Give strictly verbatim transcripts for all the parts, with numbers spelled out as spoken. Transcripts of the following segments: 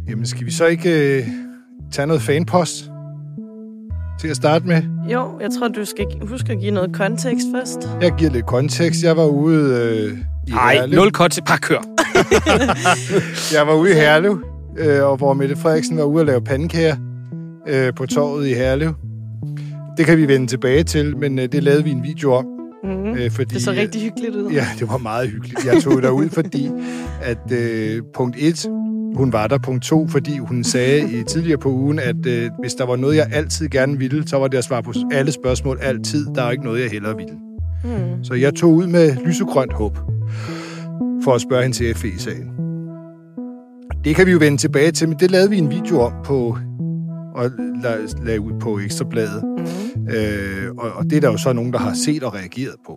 Jamen, skal vi så ikke øh, tage noget fanpost til at starte med? Jo, jeg tror, du skal huske at give noget kontekst først. Jeg giver lidt kontekst. Jeg var ude øh, i Nej, Herlev. nul kontekst. Bare kør. Jeg var ude i Herlev, øh, og hvor Mette Frederiksen var ude at lave pandekager øh, på torvet i Herlev. Det kan vi vende tilbage til, men øh, det lavede vi en video om. Mm-hmm. Øh, fordi, det så rigtig hyggeligt ud. Ja, det var meget hyggeligt. Jeg tog derud, fordi at øh, punkt et, hun var der. Punkt to, fordi hun sagde i tidligere på ugen, at øh, hvis der var noget, jeg altid gerne ville, så var det at svare på alle spørgsmål altid. Der er ikke noget, jeg hellere ville. Mm. Så jeg tog ud med lysegrønt håb for at spørge hende til F E-sagen. Det kan vi jo vende tilbage til, men det lavede vi en video om på og lagde ud på Ekstrabladet. Mm. Øh, og, og det er der jo så nogen, der har set og reageret på.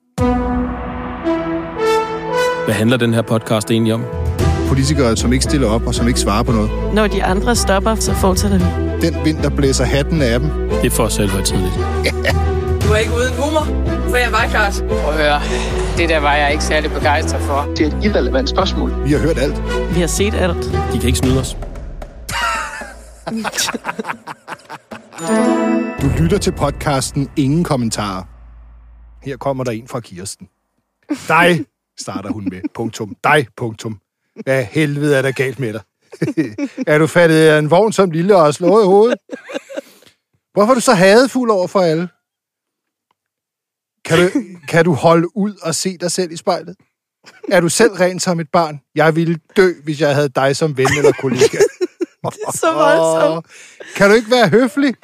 Hvad handler den her podcast egentlig om? Politikere, som ikke stiller op og som ikke svarer på noget. Når de andre stopper, så fortsætter vi. Den vind, der blæser hatten af dem. Det er for selv højtidligt. Ja. Du er ikke uden humor, for jeg var klart. Prøv at høre. Det der var jeg ikke særlig begejstret for. Det er et irrelevant spørgsmål. Vi har hørt alt. Vi har set alt. De kan ikke snyde os. Du lytter til podcasten Ingen Kommentarer. Her kommer der en fra Kirsten. Dig, starter hun med. Punktum. Dig, punktum. Hvad helvede er der galt med dig? Er du fattet af en vogn som lille og slået i hovedet? Hvorfor er du så hadefuld over for alle? Kan du, kan du holde ud og se dig selv i spejlet? Er du selv ren som et barn? Jeg ville dø, hvis jeg havde dig som ven eller kollega. Det er så voldsomt. Kan du ikke være høflig?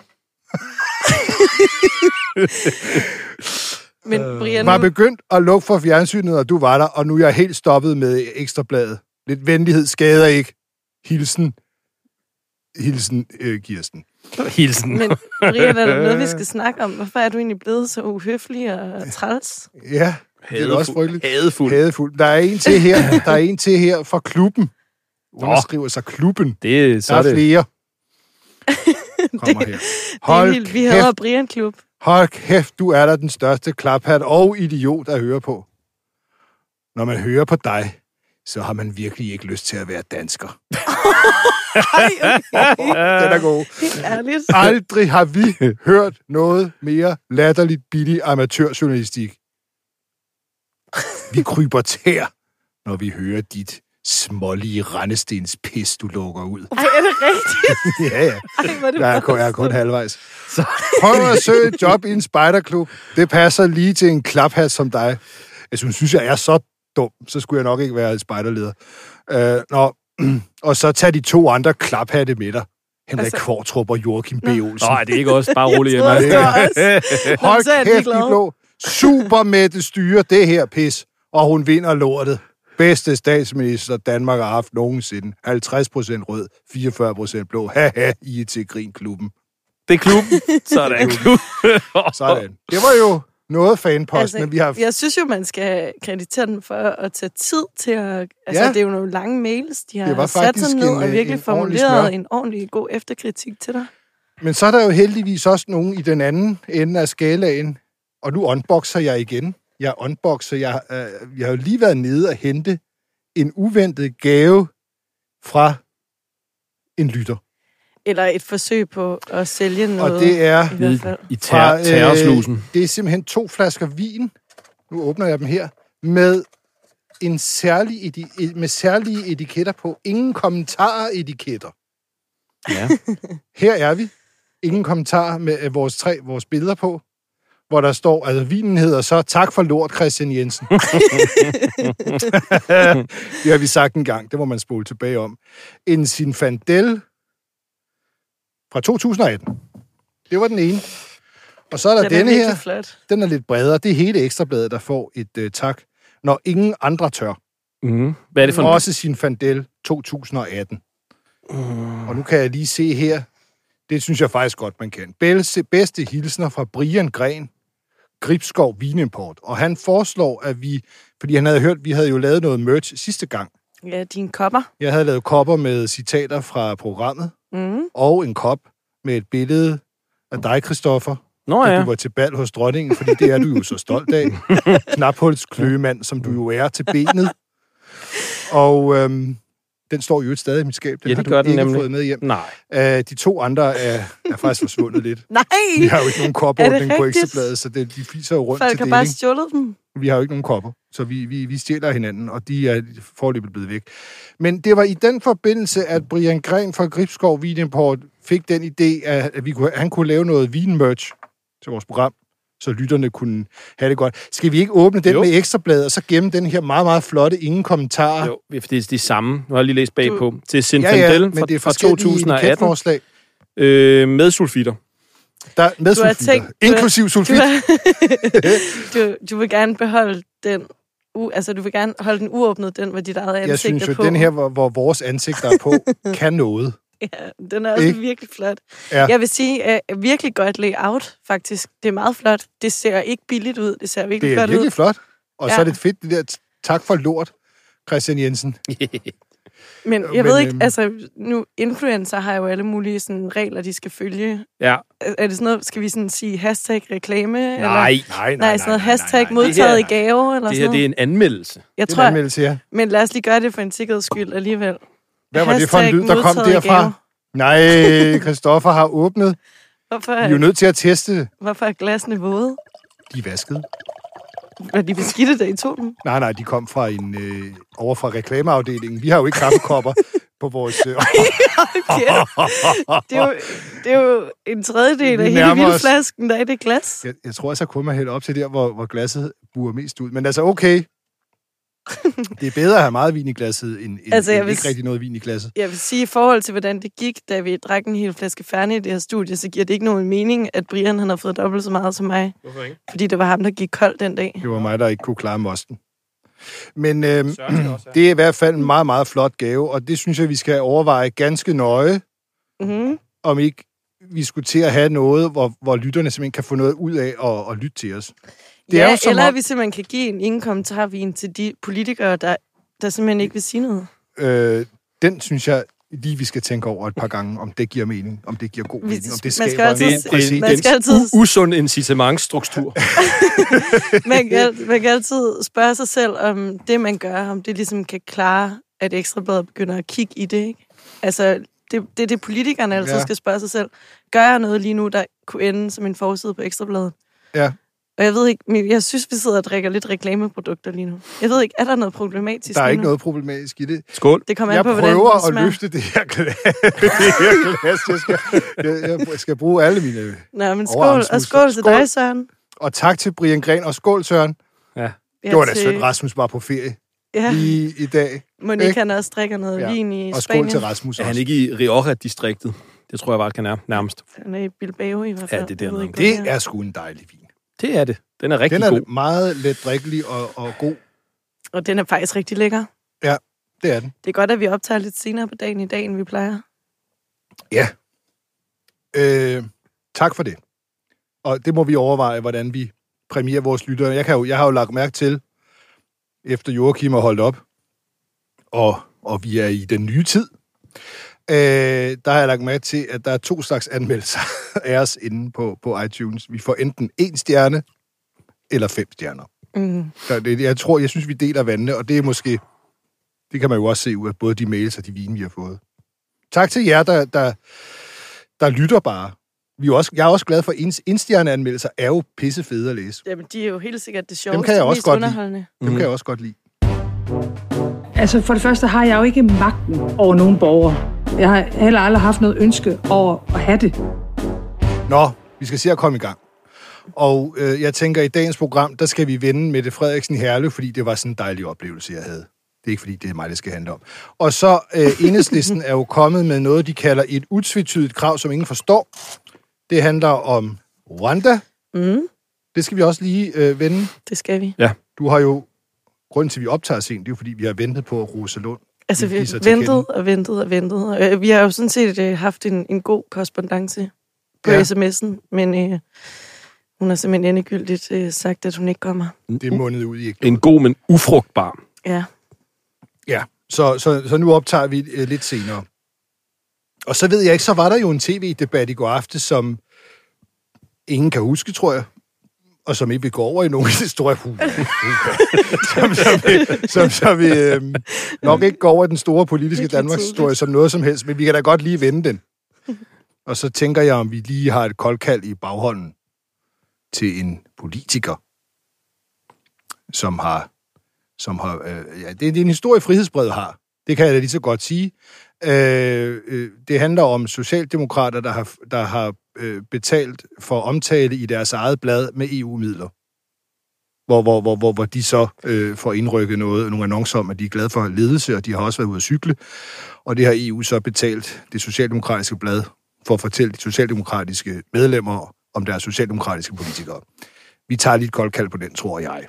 Men Brian... Var begyndt at lukke for fjernsynet, og du var der, og nu er jeg helt stoppet med Ekstrabladet. Lidt venlighed skader ikke. Hilsen. Hilsen, øh, Kirsten. Hilsen. Men Brian, er der noget, vi skal snakke om? Hvorfor er du egentlig blevet så uhøflig og træls? Ja, det er også frygteligt. Hadefuld. Hadefuld. Der er en til her, der er en til her fra klubben. Underskriver sig klubben. Det, så der er det. flere. Kommer her. Hold det er helt, vi hedder Brian Klub. Hold kæft, du er da den største klaphat og idiot at høre på. Når man hører på dig, så har man virkelig ikke lyst til at være dansker. Ej, okay. Den er god. Helt ærligt. Aldrig har vi hørt noget mere latterligt billig amatørjournalistik. Vi kryber tær, når vi hører dit smålige rendestens pis, du lukker ud. Ej, er det rigtigt? Ja, ja. Ej, det jeg, er kun, jeg er kun halvvejs. Så prøv at søge et job i en spejderklub. Det passer lige til en klaphat som dig. Jeg synes, synes jeg er så dum, så skulle jeg nok ikke være spejderleder. Uh, nå, og så tag de to andre klaphatte med dig. Henrik altså... Kvartrup og Joachim B. Olsen. Nej, det er ikke også. Bare roligt hjemme. Hold kæft, de blå. Super Mette styre det her pis, og hun vinder lortet. Bedste statsminister Danmark har haft nogensinde. halvtreds procent rød, fireogfyrre procent blå. Haha, I er til grinklubben. Det er klubben. Sådan, klub. Sådan. Det var jo noget fanpost, altså, men vi har... Jeg synes jo, man skal kreditere den for at tage tid til at... Altså, ja. Det er jo nogle lange mails, de har sat sig ned og virkelig en formuleret en ordentlig god efterkritik til dig. Men så er der jo heldigvis også nogen i den anden ende af skalaen, og nu unboxer jeg igen. Jeg unboxer. Jeg, øh, jeg har jo lige været nede og hente en uventet gave fra en lytter. Eller et forsøg på at sælge noget. Og det er i, i, i ter- terrorslusen. Øh, det er simpelthen to flasker vin. Nu åbner jeg dem her. Med en særlig edi- med særlige etiketter på. Ingen kommentarer etiketter. Ja. Her er vi. Ingen kommentarer med vores tre vores billeder på. Hvor der står, altså vinen hedder så, tak for lort, Christian Jensen. Det har vi sagt en gang, det må man spole tilbage om. En Zinfandel fra to tusind og atten. Det var den ene. Og så er der den denne her, flot. Den er lidt bredere. Det er hele Ekstrabladet, der får et uh, tak, når ingen andre tør. Mm. Hvad er det for en? Også Zinfandel to tusind og atten. Mm. Og nu kan jeg lige se her, det synes jeg faktisk godt, man kan. Bedste hilsner fra Brian Gren, Gribskov Vinimport. Og han foreslår, at vi... Fordi han havde hørt, vi havde jo lavet noget merch sidste gang. Ja, dine kopper. Jeg havde lavet kopper med citater fra programmet. Mm. Og en kop med et billede af dig, Christoffer. Nå ja. Du var til bal hos dronningen, fordi det er du jo så stolt af. Knaphulskløgemand, som du jo er til benet. Og øhm, Den står jo stadig i mit skab. Den ja, har det du gør den ikke nemlig. fået med hjem. Nej. Uh, de to andre er, er faktisk forsvundet lidt. Nej! Vi har jo ikke nogen kopordning på rigtigt? Ekstrabladet, så det, de fiser jo rundt Folk til har deling. bare stjålet dem. Vi har jo ikke nogen kopper, så vi, vi, vi stjæler hinanden, og de er foreløbig blevet væk. Men det var i den forbindelse, at Brian Gren fra Gribskov Vinimport fik den idé, at vi kunne, han kunne lave noget vinmerch til vores program, så lytterne kunne have det godt. Skal vi ikke åbne den jo. med Ekstrabladet, og så gemme den her meget, meget flotte ingen kommentarer? Jo, det er de samme. Nu har jeg lige læst bagpå. Du... Til Zinfandel ja, ja, men det er fra, fra to tusind og atten. Øh, med sulfitter. Der, med sulfitter. Tænkt, inklusiv sulfit. Du, du, du vil gerne beholde den, u, altså du vil gerne holde den uåbnet, den hvor dit eget ansigt er på. Jeg synes jo, den her, hvor, hvor vores ansigter er på, kan noget. Ja, den er også ikke? virkelig flot. Ja. Jeg vil sige, uh, virkelig godt layout, faktisk. Det er meget flot. Det ser ikke billigt ud. Det ser virkelig flot ud. Det er virkelig ud. flot. Og ja. så er det fedt, det der tak for lort, Christian Jensen. Men jeg Men, ved ikke, øhm, altså nu influencer har jo alle mulige sådan, regler, de skal følge. Ja. Er, er det sådan noget, skal vi sådan sige hashtag reklame? Nej, eller? nej, nej. Nej, sådan noget hashtag modtaget i gave? Eller det sådan her, det er en anmeldelse. Jeg det er tror, en anmeldelse, ja. Men lad os lige gøre det for en sikkerheds skyld alligevel. Hvad var det for en lyd, der kom derfra? Nej, Christoffer har åbnet. Hvorfor er, vi er jo nødt til at teste det. Hvorfor er glasene våde? De er vasket. Var de beskidte, da I tog dem? Nej, nej, de kom fra en øh, over fra reklameafdelingen. Vi har jo ikke kaffekopper på vores... Øh, okay. det, er jo, det er jo en tredjedel af hele vildflasken, der er i det glas. Jeg, jeg tror også, jeg kunne mig hælde op til der, hvor, hvor glasset buer mest ud. Men altså, okay. Det er bedre at have meget vin i glasset, end, altså, end vil, ikke rigtig noget vin i glasset. Jeg vil sige, i forhold til, hvordan det gik, da vi drak en hel flaske Fernet i det her studie, så giver det ikke nogen mening, at Brian han har fået dobbelt så meget som mig. Hvorfor ikke? Fordi det var ham, der gik kold den dag. Det var mig, der ikke kunne klare mosten. Men øhm, det er i hvert fald en meget, meget flot gave, og det synes jeg, vi skal overveje ganske nøje, mm-hmm. om ikke vi skulle til at have noget, hvor, hvor lytterne simpelthen kan få noget ud af at, at lytte til os. Det ja, er jo som eller om, at vi simpelthen kan give en ingen kommentarvin til de politikere, der, der simpelthen ikke vil sige noget. Øh, den synes jeg lige, vi skal tænke over et par gange, om det giver mening, om det giver god mening, vi, om det skaber altid, en det, man skal altid, u- usund incitamentsstruktur. man, kan, man kan altid spørge sig selv, om det, man gør, om det ligesom kan klare, at Ekstrabladet begynder at kigge i det, ikke? Altså, det, det er det, politikerne altid ja. skal spørge sig selv. Gør jeg noget lige nu, der kunne ende som en forside på Ekstrabladet? Ja. Og jeg ved ikke, men jeg synes, vi sidder og drikker lidt reklameprodukter lige nu. Jeg ved ikke, er der noget problematisk? Der er ikke noget problematisk i det. Skål. Det kommer jeg an på, hvordan hvordan det smager. Jeg prøver at løfte det her glas. det her glas. Jeg, skal, jeg, jeg skal bruge alle mine Nå, men skål, og skål til dig, Søren. Og tak til Brian Gren, og skål, Søren. Ja. Det var da til... sødt, Rasmus var på ferie ja. i, i dag. Monika han også drikker noget ja. vin i og Spanien. Og skål til Rasmus også. Er han ikke i Rioja-distriktet? Det tror jeg bare, kan er nærmest. Han er i Bilbao i hvert fald. Ja, det er det. Det er sgu en dejlig vin. Det er det. Den er rigtig god. Den er god. meget let drikkelig og, og god. Og den er faktisk rigtig lækker. Ja, det er den. Det er godt, at vi optager lidt senere på dagen i dag, end vi plejer. Ja. Øh, tak for det. Og det må vi overveje, hvordan vi præmierer vores lyttere. Jeg, kan jo, jeg har jo lagt mærke til, efter Joachim har holdt op, og, og vi er i den nye tid, øh, der har jeg lagt mærke til, at der er to slags anmeldelser af os inde på, på iTunes. Vi får enten en stjerne, eller fem stjerner. Mm. Så det, jeg tror, jeg synes, vi deler vandene, og det er måske, det kan man jo også se ud af både de mails og de vine, vi har fået. Tak til jer, der, der, der lytter bare. Vi er også, jeg er også glad for, at indstjerneanmeldelser er jo pissefede at læse. Jamen, de er jo helt sikkert det sjoveste, Dem kan jeg også mest godt underholdende. Lide. Dem mm. kan jeg også godt lide. Altså, for det første har jeg jo ikke magten over nogen borgere. Jeg har heller aldrig haft noget ønske over at have det. Nå, vi skal se at komme i gang. Og øh, jeg tænker, i dagens program, der skal vi vende Mette Frederiksen i Herlev, fordi det var sådan en dejlig oplevelse, jeg havde. Det er ikke, fordi det er mig, det skal handle om. Og så øh, Enhedslisten er jo kommet med noget, de kalder et utvetydigt krav, som ingen forstår. Det handler om Rwanda. Mm. Det skal vi også lige øh, vende. Det skal vi. Ja. Du har jo, grunden til, at vi optager sent, det er jo, fordi vi har ventet på Rosalund. Altså, vi har ventet og ventet og ventet. Vi har jo sådan set øh, haft en, en god korrespondance på ja. sms'en, men øh, hun har simpelthen endegyldigt øh, sagt, at hun ikke kommer. Det er mundet ud i ikke. En god, men ufrugtbar. Ja. Ja, så, så, så nu optager vi øh, lidt senere. Og så ved jeg ikke, så var der jo en tv-debat i går aftes, som ingen kan huske, tror jeg. og som ikke vil gå over i nogen store hus, som, som, vi, som, som vi øh, nok ikke går over i den store politiske Danmarks historie som noget som helst, men vi kan da godt lige vende den. Og så tænker jeg, om vi lige har et koldkald i baghånden til en politiker, som har, som har øh, ja, det, det er en historie, Frihedsbrevet har. Det kan jeg da lige så godt sige. Øh, øh, det handler om socialdemokrater, der har, der har øh, betalt for omtale i deres eget blad med E U-midler. Hvor, hvor, hvor, hvor, hvor de så øh, får indrykket noget, nogle annoncer om, at de er glade for ledelse, og de har også været ude at cykle. Og det har E U så betalt det socialdemokratiske blad for at fortælle de socialdemokratiske medlemmer om deres socialdemokratiske politikere. Vi tager lidt koldkald på den, tror jeg.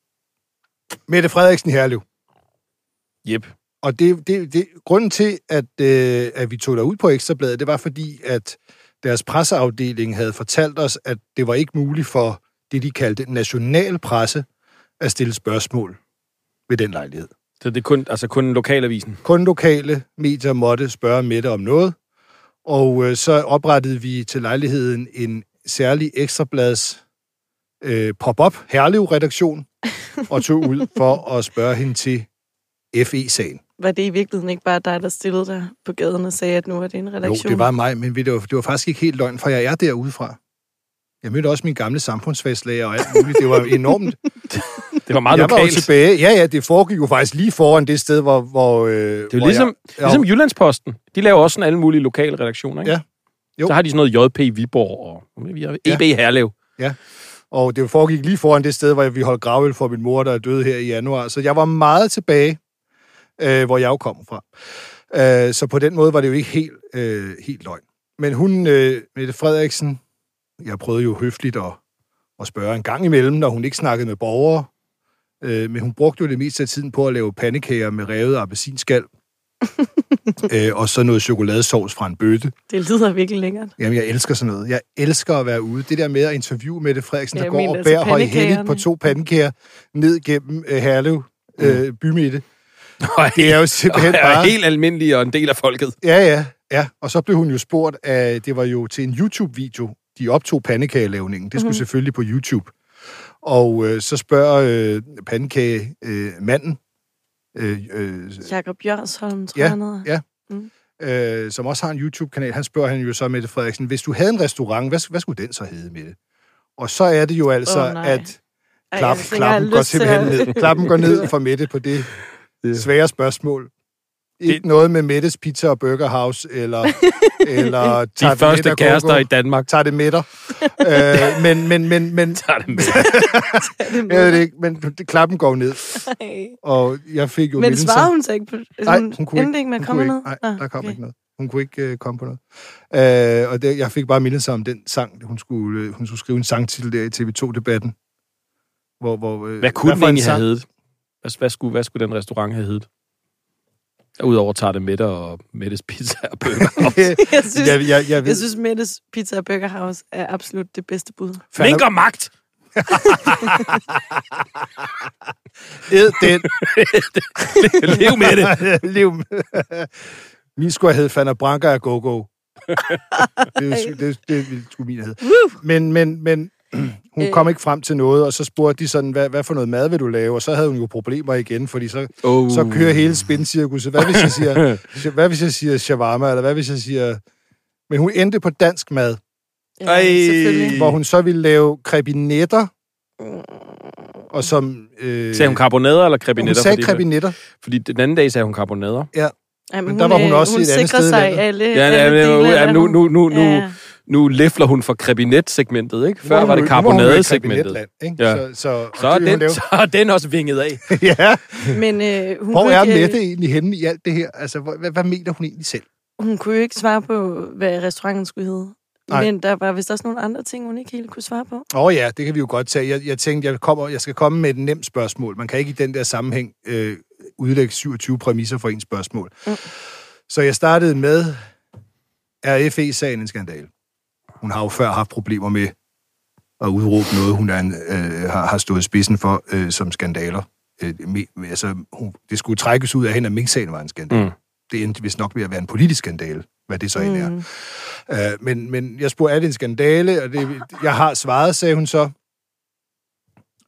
Mette Frederiksen i Herlev. Jep. Og det, det, det, grunden til, at, øh, at vi tog derud på Ekstrabladet, det var fordi, at deres presseafdeling havde fortalt os, at det var ikke muligt for det, de kaldte national presse, at stille spørgsmål ved den lejlighed. Så det er kun, altså kun lokalavisen? Kun lokale medier måtte spørge Mette om noget, og øh, så oprettede vi til lejligheden en særlig Ekstrablads øh, pop-up Herlev-redaktion, og tog ud for at spørge hende til F E-sagen. Var det i virkeligheden ikke bare dig, der stillede dig på gaden og sagde, at nu var det en redaktion? Jo, det var mig, men det var, det var faktisk ikke helt løgn, for jeg er derudefra. Jeg mødte også min gamle samfundsfagslærer og alt muligt. Det var enormt. Det var meget jeg lokalt. Var tilbage. Ja, ja, det foregik jo faktisk lige foran det sted, hvor... hvor øh, det er jo hvor ligesom, jeg, ligesom Jyllandsposten. De laver også sådan alle mulige lokale redaktioner, ikke? Ja. Jo. Så har de sådan noget J P Viborg og E B Herlev. Ja, og det foregik lige foran det sted, hvor vi holdt gravøl for min mor, der er døde her i januar. Så jeg var meget tilbage, øh, hvor jeg jo kom fra. Øh, så på den måde var det jo ikke helt, øh, helt løgn. Men hun, øh, Mette Frederiksen, jeg prøvede jo høfligt at, at spørge en gang imellem, når hun ikke snakkede med borgere. Øh, men hun brugte jo det meste af tiden på at lave pandekager med revet appelsinskal. øh, og så noget chokoladesauce fra en bøtte. Det lyder virkelig længere. Jamen, jeg elsker sådan noget. Jeg elsker at være ude. Det der med at interviewe Mette Frederiksen, der jeg går mener, og bærer altså højhændigt på to pandekager ned gennem øh, Herlev øh, bymidte. Det er jo simpelthen bare... bare... helt almindelig og en del af folket. Ja, ja, ja. Og så blev hun jo spurgt, at det var jo til en YouTube-video, de optog pandekagelavningen. Det skulle mm-hmm. selvfølgelig på YouTube. Og øh, så spørger øh, pandekagemanden, øh, øh, Jakob Bjørsholm, tror ja, jeg noget. Ja, mm. øh, som også har en YouTube-kanal. Han spørger han jo så, Mette Frederiksen, hvis du havde en restaurant, hvad, hvad skulle den så hedde, Mette? Og så er det jo altså, oh, at klap, Ej, klappen går simpelthen ned. Klappen går ned for Mette på det svære spørgsmål. Ikke det... noget med Mettes Pizza og Burger House, eller... eller de første med kærester Coco. I Danmark. Tager det med dig. øh, men, men, men, men... Tager det med dig. Jeg ved det ikke, men det, klappen går ned. Ej. Og jeg fik jo... Men svarede hun så ikke på... Nej, hun kunne ikke. Ikke med at komme noget? Nej, der kom okay. ikke noget. Hun kunne ikke uh, komme på noget. Uh, og det, jeg fik bare mindet sig om den sang. Hun skulle, uh, hun skulle skrive en sangtitel der i T V to-debatten. Hvor, hvor, uh, hvad kunne den egentlig have heddet? Hvad, hvad, skulle, hvad skulle den restaurant have heddet? Udover tager det Mette og Mettes Pizza og Burger House. jeg, synes, jeg, jeg, jeg, jeg synes, Mettes Pizza og Burger House er absolut det bedste bud. Mink og magt! Ed den. Lev med det. Lev med. Min skulle have heddet Fana Branca og Go-Go. det, det, det, det skulle min have. Men, men, men hun kom ikke frem til noget, og så spurgte de sådan, hvad, hvad for noget mad vil du lave? Og så havde hun jo problemer igen, fordi så, oh. så kører hele spindcirkuset. Hvad hvis jeg siger, hvad hvis jeg siger shawarma, eller hvad hvis jeg siger... Men hun endte på dansk mad. Ja, hvor hun så ville lave crebinetter. Og som... Øh, sagde hun carbonader eller crebinetter? Hun sagde fordi, crebinetter. Fordi den anden dag sagde hun carbonader. Ja. Jamen, men der var hun også hun et andet sted. Sig alle, ja, alle ja, dele, ja, nu, nu, nu, ja. nu, nu læfler hun for krebinet-segmentet, ikke? Før var det carbonade-segmentet. Ja. Så, så, så, er den, så er den også vinget af. ja. Men, øh, hun hvor er ikke, Mette egentlig henne i alt det her? Altså, hvad, hvad mener hun egentlig selv? Hun kunne jo ikke svare på, hvad restauranten skulle hedde. Nej. Men der var vist også nogle andre ting, hun ikke helt kunne svare på. Åh oh ja, det kan vi jo godt tage. Jeg, jeg tænkte, jeg, kommer, jeg skal komme med et nemt spørgsmål. Man kan ikke i den der sammenhæng øh, udlægge syvogtyve præmisser for ens spørgsmål. Mm. Så jeg startede med, er F E-sagen en skandal? Hun har jo før haft problemer med at udråbe noget, hun er en, øh, har, har stået i spidsen for øh, som skandaler. Øh, med, altså, hun, det skulle trækkes ud af hende, at Mink-sagen var en skandal. Mm. Det endte vist nok ved at være en politisk skandale, hvad det så end er. Mm. Uh, men, men jeg spurgte, er det en skandale? Og det, jeg har svaret, sagde hun så.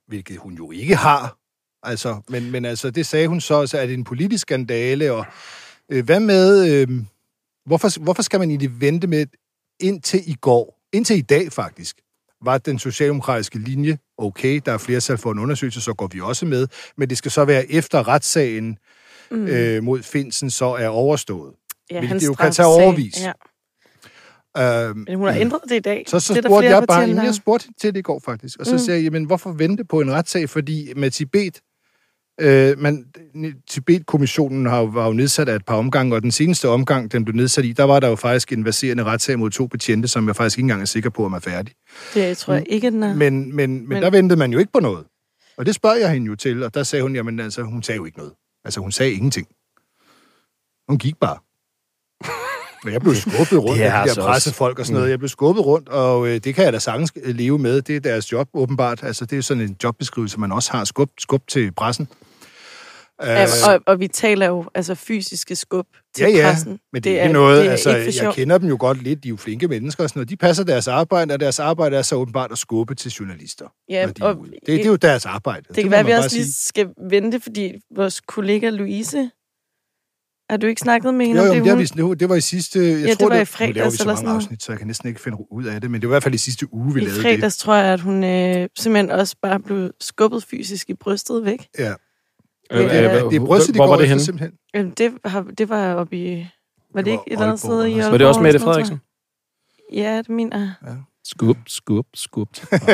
hvilket hun jo ikke har. Altså, men, men altså, det sagde hun så, så er det en politisk skandale, og øh, hvad med, øh, hvorfor, hvorfor skal man egentlig vente med, indtil i går, indtil i dag faktisk, var den socialdemokratiske linje, okay, der er flertal for en undersøgelse, så går vi også med, men det skal så være efter retssagen mm. øh, mod Findsen så er overstået. Ja, hvilket det jo kan tage overvis. Ja. Øhm, men hun har ændret det i dag. Så, så det spurgte jeg bare, inden jeg spurgte til det i går faktisk, og så mm. sagde jeg, jamen hvorfor vente på en retssag, fordi med Tibet, øh, man, Tibet-kommissionen har, var jo nedsat af et par omgange, og den seneste omgang, den blev nedsat i, der var der jo faktisk en verserende retssag mod to betjente, som jeg faktisk ikke engang er sikker på, om er færdig. Det tror jeg ikke, den er. Men, men, men, men der ventede man jo ikke på noget. Og det spørger jeg hende jo til, og der sagde hun, jamen altså, hun sagde jo ikke noget. Altså, hun sagde ingenting. Hun gik bare. Og jeg blev skubbet rundt af de altså der pressefolk og sådan noget. Jeg blev skubbet rundt, og øh, det kan jeg da sagtens leve med. Det er deres job, åbenbart. Altså, det er sådan en jobbeskrivelse, man også har. Skub, skub til pressen. Ja, og, og vi taler jo altså fysiske skub til ja, ja, pressen. Men det, det er ikke noget, det er altså, ikke jeg kender dem jo godt lidt, de er jo flinke mennesker og sådan noget. De passer deres arbejde, og deres arbejde er så åbenbart at skubbe til journalister. Ja, de og det, det er jo deres arbejde. Det, det kan være, at vi også lige skal vente, fordi vores kollega Louise, har du ikke snakket med hende jo, jo, om det? Jo, hun... det, var, det var i sidste... Jeg ja, tror, det var det, i fredags eller sådan noget. sådan noget. Afsnit, så jeg kan næsten ikke finde ud af det, men det var i hvert fald i sidste uge, vi I lavede det. I fredags tror jeg, at hun øh, simpelthen også bare blev skubbet fysisk i brystet væk. Ja. Øh, øh, øh, det er brystet, de hvor går var det efter, henne? simpelthen. Jamen, det, har, det var oppe i... Var det, det ikke et eller andet sted i Aalborg? Var det også Mette Frederiksen? Ja, det mener jeg. Ja. Skub, skub, skub.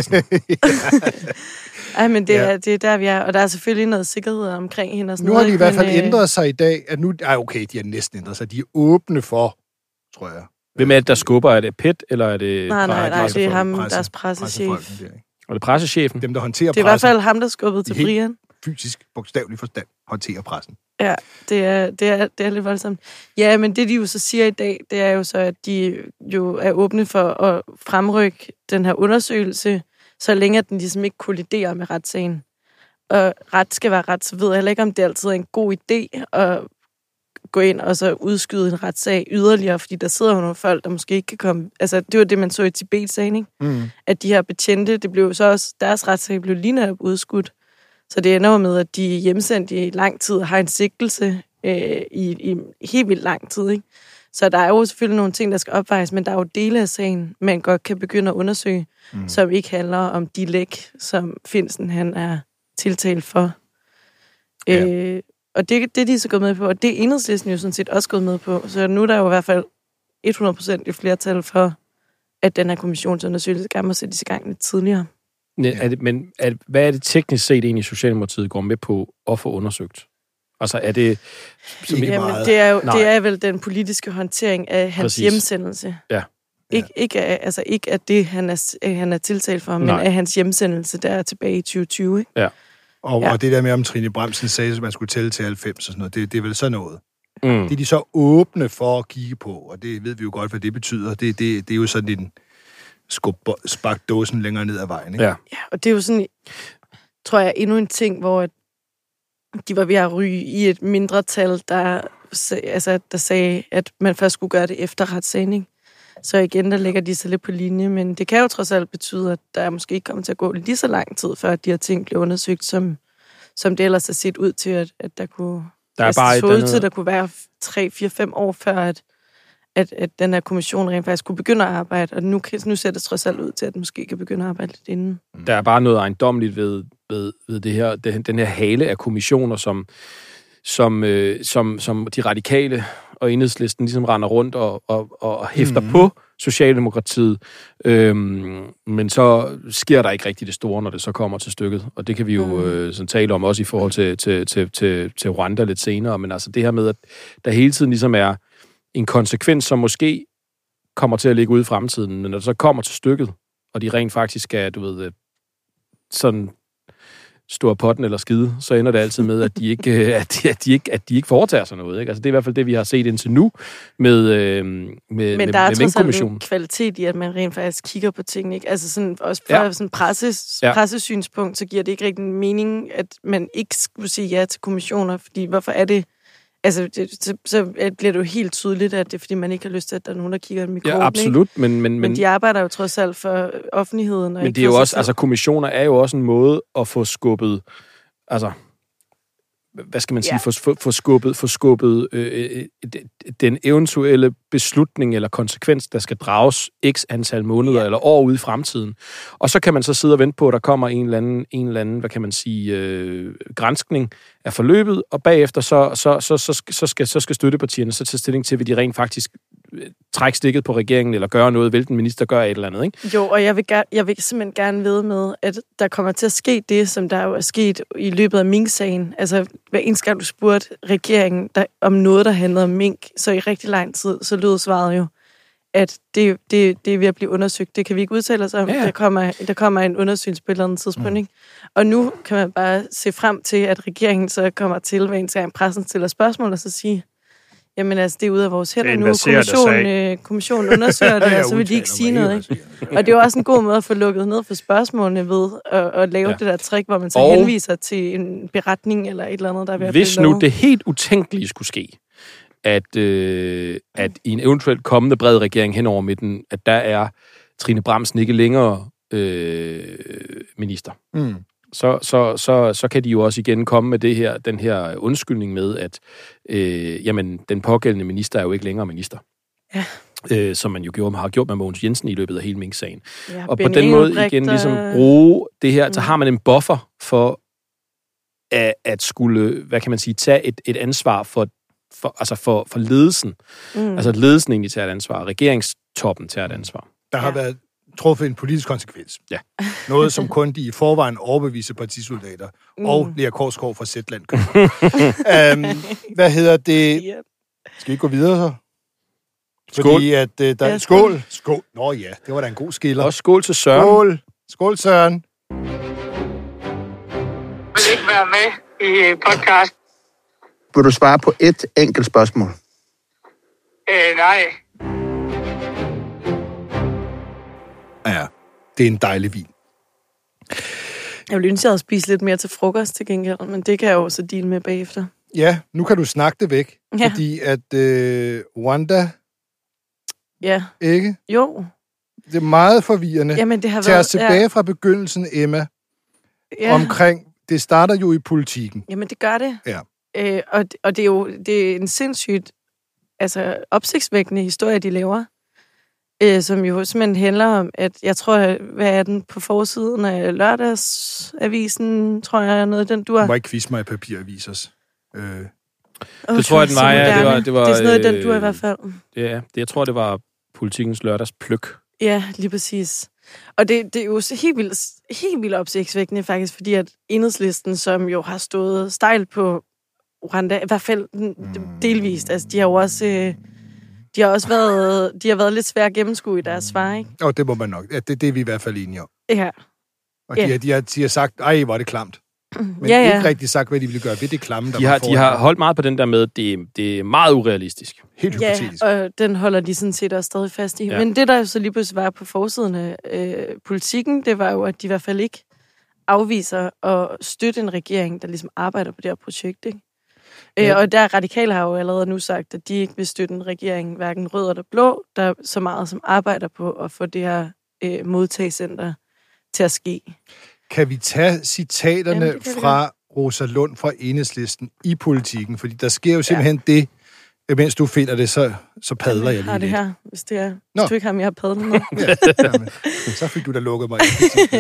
Ej, men det, ja. er, det er der, vi er. Og der er selvfølgelig noget sikkerhed omkring hende og sådan nu noget. Nu har de i hvert fald men, ændret sig i dag, at nu... Ej, okay, de har næsten ændret sig. De er åbne for, tror jeg. Hvem er det, der skubber? Er det Pet, eller er det... Nej, nej, nej, det er ham, presse, deres pressechef. Og det er pressechefen? Dem, der håndterer pressen. Det er pressen. I hvert fald ham, der skubbede til Brian. Fysisk, bogstavelig forstand, håndterer pressen. Ja, det er, det, er, det er lidt voldsomt. Ja, men det, de jo så siger i dag, det er jo så, at de jo er åbne for at fremrykke den her undersøgelse, så længe at den ligesom ikke kolliderer med retssagen. Og ret skal være ret, så ved jeg heller ikke, om det altid er en god idé at gå ind og så udskyde en retssag yderligere, fordi der sidder jo nogle folk, der måske ikke kan komme... Altså, det var det, man så i Tibet-sagen, ikke? Mm. At de her betjente, det blev så også... Deres retssag blev lige netop udskudt. Så det ender med, at de er hjemsendt i lang tid og har en sigtelse øh, i, i helt vildt lang tid, ikke? Så der er jo selvfølgelig nogle ting, der skal opvejes, men der er jo dele af sagen, man godt kan begynde at undersøge, mm. som ikke handler om de læk, som Findsen han er tiltalt for. Ja. Øh, og det, det er de så gået med på, og det er Enhedslisten jo sådan set også gået med på. Så nu er der jo i hvert fald hundrede procent et flertal for, at den her kommissionsundersøgelse gerne må sættes i gang lidt tidligere. Ja. Er det, men er, hvad er det teknisk set egentlig, Socialdemokratiet går med på at få undersøgt? Altså er det... Som Jamen, det er jo det er vel den politiske håndtering af hans Præcis. hjemsendelse. Ja. Ikke, ikke, altså ikke at det, han er, han er tiltalt for, Nej. men af hans hjemsendelse, der er tilbage i tyve tyve. Ikke? Ja. Og, ja. og det der med, om Trine Bramsen sagde, at man skulle tælle til halvfems og sådan noget, det, det er vel sådan noget. Mm. Det er de så åbne for at kigge på, og det ved vi jo godt, hvad det betyder. Det, det, det er jo sådan en spark dåsen længere ned ad vejen. Ikke? Ja. ja, og det er jo sådan, tror jeg, endnu en ting, hvor de var ved at ryge i et mindretal, der, altså, der sagde, at man først skulle gøre det efter retssagen. Så igen, der ligger de så lidt på linje, men det kan jo trods alt betyde, at der måske ikke kommer til at gå lige så lang tid, før de her ting bliver undersøgt, som, som det ellers har set ud til, at, at der kunne... Der er bare så ud til, at der kunne være tre, fire, fem år før, at, at, at den her kommission rent faktisk kunne begynde at arbejde, og nu, nu ser det trods alt ud til, at den måske kan begynde at arbejde lidt inden. Der er bare noget ejendommeligt ved, ved, ved det her, den her hale af kommissioner, som, som, øh, som, som de radikale og Enhedslisten ligesom render rundt og, og, og hæfter mm. på Socialdemokratiet. Øhm, men så sker der ikke rigtig det store, når det så kommer til stykket. Og det kan vi jo mm. øh, sådan tale om også i forhold til, til, til, til, til Rwanda lidt senere. Men altså det her med, at der hele tiden ligesom er en konsekvens, som måske kommer til at ligge ude i fremtiden. Men når det så kommer til stykket, og de rent faktisk skal, du ved, sådan stå potten eller skide, så ender det altid med, at de ikke, at de, at de ikke, at de ikke foretager sig noget. Ikke? Altså, det er i hvert fald det, vi har set indtil nu med, øh, med, Men med, der er med trods alt en kvalitet i, at man rent faktisk kigger på ting. Ikke? Altså sådan, også fra ja. sådan presses, ja. pressesynspunkt, så giver det ikke rigtig mening, at man ikke skulle sige ja til kommissioner, fordi hvorfor er det, Altså, det, så, så bliver det jo helt tydeligt, at det er, fordi man ikke har lyst til, at der er nogen, der kigger i mikroben. Ja, absolut, men, men, men... Men de arbejder jo trods alt for offentligheden. Og men ikke det er jo også, selv. altså kommissioner er jo også en måde at få skubbet, altså, hvad skal man sige, ja. få, få, få skubbet, få skubbet øh, den eventuelle beslutning eller konsekvens, der skal drages x antal måneder ja. eller år ude i fremtiden. Og så kan man så sidde og vente på, at der kommer en eller anden, en eller anden hvad kan man sige, øh, granskning af forløbet, og bagefter så, så, så, så, så, skal, så skal støttepartierne så tage stilling til, vil de rent faktisk trække stikket på regeringen, eller gøre noget, hvilken minister gør et eller andet, ikke? Jo, og jeg vil, ger- jeg vil simpelthen gerne vide med, at der kommer til at ske det, som der jo er sket i løbet af Mink-sagen. Altså, hver eneste gang du spurgte regeringen der, om noget, der handlede om mink, så i rigtig lang tid, så lød svaret jo, at det, det, det er ved at blive undersøgt. Det kan vi ikke udtale os om. Ja. Der, kommer, der kommer en undersøgelse på et eller andet tidspunkt, mm. ikke? Og nu kan man bare se frem til, at regeringen så kommer til, hver eneste gang pressen stiller spørgsmål, og så sige, jamen altså, det er ude af vores hænder nu. Kommissionen, øh, kommissionen undersøger det, og så vil de ikke sige noget, ikke? Og det er jo også en god måde at få lukket ned for spørgsmålene ved at, at lave ja. det der trick, hvor man så og henviser til en beretning eller et eller andet, der er ved at hvis nu det helt utænkelige skulle ske, at, øh, at i en eventuelt kommende bred regering hen over midten, at der er Trine Bramsen ikke længere øh, minister. Mm. Så, så, så, så kan de jo også igen komme med det her, den her undskyldning med, at øh, jamen, den pågældende minister er jo ikke længere minister. Ja. Øh, som man jo gjorde, har gjort med Mogens Jensen i løbet af hele Mink-sagen. Ja, og Ben på den måde igen ligesom bruge det her, mm. så har man en buffer for at, at skulle, hvad kan man sige, tage et, et ansvar for, for, altså for, for ledelsen. Mm. Altså at ledelsen egentlig tager et ansvar, regeringstoppen tager et ansvar. Der har ja. været truffet en politisk konsekvens. Ja. Noget, som kun de i forvejen overbeviste partisoldater mm. og Lea Korsgaard fra Zetland gør. um, hvad hedder det? Skal vi gå videre så? Skål. Fordi at uh, der... Ja, skål. Skål. Nå ja, det var da en god skiller. Og skål til Søren. Skål. Skål, Søren. Vil ikke være med i podcast. Vil du svare på et enkelt spørgsmål? Øh, nej. Ja, det er en dejlig vin. Jeg ville ønske, at jeg havde spist lidt mere til frokost til gengæld, men det kan jeg jo også deale med bagefter. Ja, nu kan du snakke det væk, ja. fordi at øh, Wanda... Ja. Ikke? Jo. Det er meget forvirrende. Jamen, det har Tag været... os tilbage ja. fra begyndelsen, Emma, ja. omkring... Det starter jo i politikken. Jamen, det gør det. Ja. Øh, og, og det er jo det er en sindssygt altså, opsigtsvækkende historie, de laver. Øh, som jo simpelthen handler om, at jeg tror, hvad er den på forsiden af lørdagsavisen, tror jeg, noget den du har. Du må ikke quizze mig i papiravisers. Øh. Oh, det tror jeg, den var, ja. Det, var, det, var, det er sådan noget, den du i hvert fald. Ja, det, jeg tror, det var Politikens lørdagspløk. Ja, lige præcis. Og det, det er jo helt vildt, helt vildt opsigtsvækkende faktisk, fordi at Enhedslisten, som jo har stået stejlt på Rwanda, i hvert fald delvist, altså de har jo også... Øh, De har også været, de har været lidt svære at gennemskue i deres svar, ikke? Og det må man nok. Ja, det, det er vi i hvert fald enige om. Ja. Og de, ja. de, har, de har sagt, ej, hvor er det klamt. Men ja, ja. ikke rigtig sagt, hvad de ville gøre ved det klamme, der de har, de har holdt meget på den der med, at det, det er meget urealistisk. Helt hypotetisk. Ja, og den holder de sådan set også stadig fast i. Ja. Men det, der jo så lige pludselig var på forsiden af øh, politikken, det var jo, at de i hvert fald ikke afviser at støtte en regering, der ligesom arbejder på det her projekt, ikke? Ja. Og der Radikale har jo allerede nu sagt, at de ikke vil støtte en regering, hverken rød eller blå, der er så meget som arbejder på at få det her øh, modtagscenter til at ske. Kan vi tage citaterne Jamen, fra Rosa Lund fra Enhedslisten i politikken? Fordi der sker jo simpelthen ja. det, mens du finder det, så, så padler Jamen, jeg lige har det lidt. her, hvis, det er, hvis du ikke har mere padlen med. Ja, jamen, så fik du da lukket mig.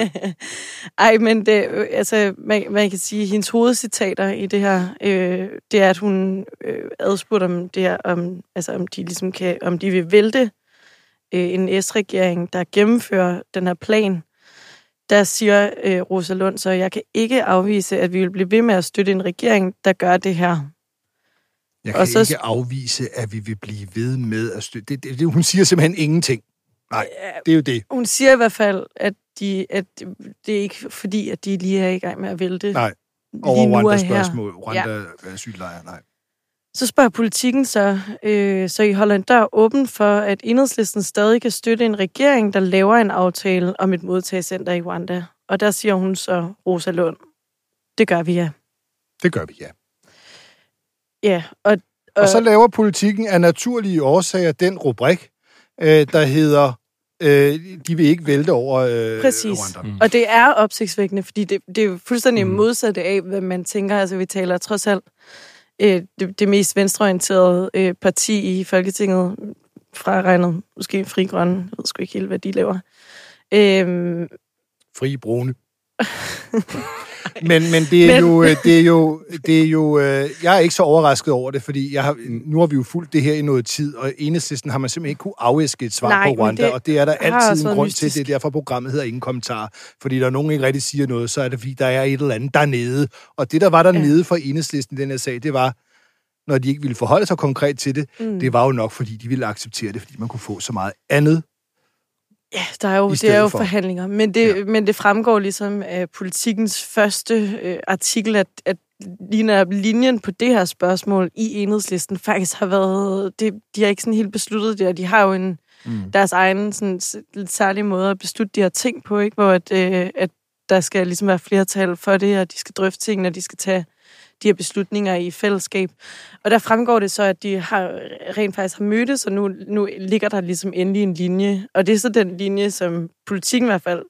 Ej, men det, altså, man, man kan sige, at hendes hovedcitater i det her, øh, det er, at hun øh, adspurgte om det her, om, altså, om, de ligesom kan, om de vil vælte øh, en S-regering, der gennemfører den her plan. Der siger øh, Rosa Lund, så jeg kan ikke afvise, at vi vil blive ved med at støtte en regering, der gør det her. Jeg kan og så... ikke afvise, at vi vil blive ved med at støtte... Det, det, det, hun siger simpelthen ingenting. Nej, det er jo det. Hun siger i hvert fald, at, de, at det er ikke fordi, at de lige er i gang med at vælte. Nej, over Rwanda-spørgsmål. Rwanda-asyllejre, nej. Så spørger politikken så, øh, så I holder en dør åben for, at Enhedslisten stadig kan støtte en regering, der laver en aftale om et modtagscenter i Rwanda. Og der siger hun så, Rosa Lund, det gør vi ja. Det gør vi ja. Ja, og Og så laver politikken af naturlige årsager den rubrik, øh, der hedder, øh, de vil ikke vælte over øh, Præcis. Rwanda. Mm. Og det er opsigtsvækkende, fordi det, det er jo fuldstændig mm. modsatte af, hvad man tænker. Altså, vi taler trods alt øh, det, det mest venstreorienterede øh, parti i Folketinget, fraregnet måske Fri Grønne. Jeg ved sgu ikke helt, hvad de laver. Øh, Fri Brune. men, men det er men... jo, det er jo, det er jo, jeg er ikke så overrasket over det, fordi jeg har, nu har vi jo fulgt det her i noget tid, og Enhedslisten har man simpelthen ikke kunne afæske et svar Nej, på Rwanda, det, og det er der altid en grund mystisk. til, det er derfor programmet hedder Ingen Kommentar, fordi der er nogen ikke rigtig siger noget, så er det fordi, der er et eller andet dernede, og det der var dernede ja. for Enhedslisten i den her sag, det var, når de ikke ville forholde sig konkret til det, mm. det var jo nok, fordi de ville acceptere det, fordi man kunne få så meget andet. Ja, der er jo, det er jo for. forhandlinger, men det, ja. men det fremgår ligesom af Politikens første øh, artikel, at, at linjen på det her spørgsmål i Enhedslisten faktisk har været, det, de har ikke sådan helt besluttet det, og de har jo en, mm. deres egen sådan, lidt særlige måde at beslutte de her ting på, ikke? Hvor at, øh, at der skal ligesom være flertal for det, og de skal drøfte tingene, og de skal tage de her beslutninger i fællesskab. Og der fremgår det så, at de har rent faktisk har mødtes, og nu, nu ligger der ligesom endelig en linje. Og det er så den linje, som Politikken i hvert fald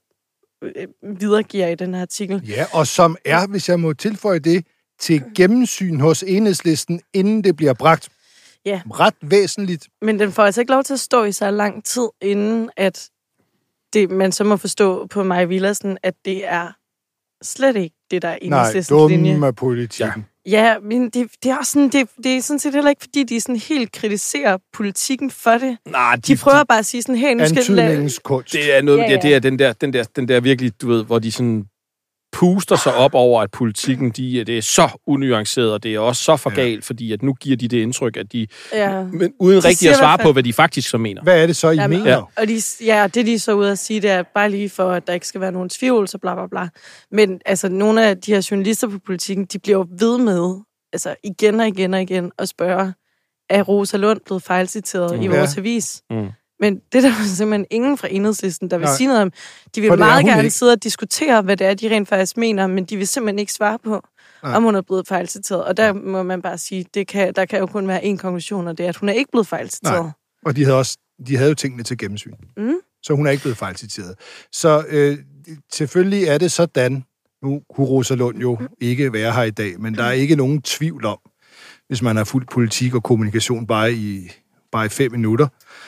videregiver i den her artikel. Ja, og som er, hvis jeg må tilføje det, til gennemsyn hos Enhedslisten, inden det bliver bragt. Ja. Ret væsentligt. Men den får altså ikke lov til at stå i så lang tid, inden at det, man så må forstå på Maja Villadsen, at det er slet ikke det, der er Enhedslistens linje. Nej, dumme politikken. Ja, ja, men det, det er også sådan, det, det er sådan set heller ikke, fordi de sådan helt kritiserer politikken for det. Nej, de, de prøver de, bare at sige sådan, hey, nu skal... Antydningskunst. Det er noget, ja, ja. Det, det er den der, den der, den der virkelig, du ved, hvor de sådan puster sig op over, at politikken, de, det er så unuanceret, og det er også så for galt, ja. fordi at nu giver de det indtryk, at de, ja. men uden de rigtig at svare på, hvad de faktisk så mener. Hvad er det så, I Jamen, mener? Ja. Og de, ja, det de er så ude at sige, det er bare lige for, at der ikke skal være nogen tvivl, så bla bla bla. Men altså, nogle af de her journalister på politikken, de bliver jo ved med, altså igen og igen og igen, at spørge, er Rosa Lund blevet fejlciteret mm. i vores ja. avis? Mm. Men det der er simpelthen ingen fra Enhedslisten, der vil Nej. sige noget om. De vil meget gerne ikke. sidde og diskutere, hvad det er, de rent faktisk mener, men de vil simpelthen ikke svare på, Nej. om hun er blevet fejlciteret. Og der må man bare sige, det kan, der kan jo kun være én konklusion, og det er, at hun er ikke blevet fejlciteret. Nej. Og de havde, også, de havde jo tingene til gennemsyn. Mm. Så hun er ikke blevet fejlciteret. Så øh, selvfølgelig er det sådan, nu kunne Rosa Lund jo mm. ikke være her i dag, men der er ikke nogen tvivl om, hvis man har fulgt politik og kommunikation bare i, bare i fem minutter,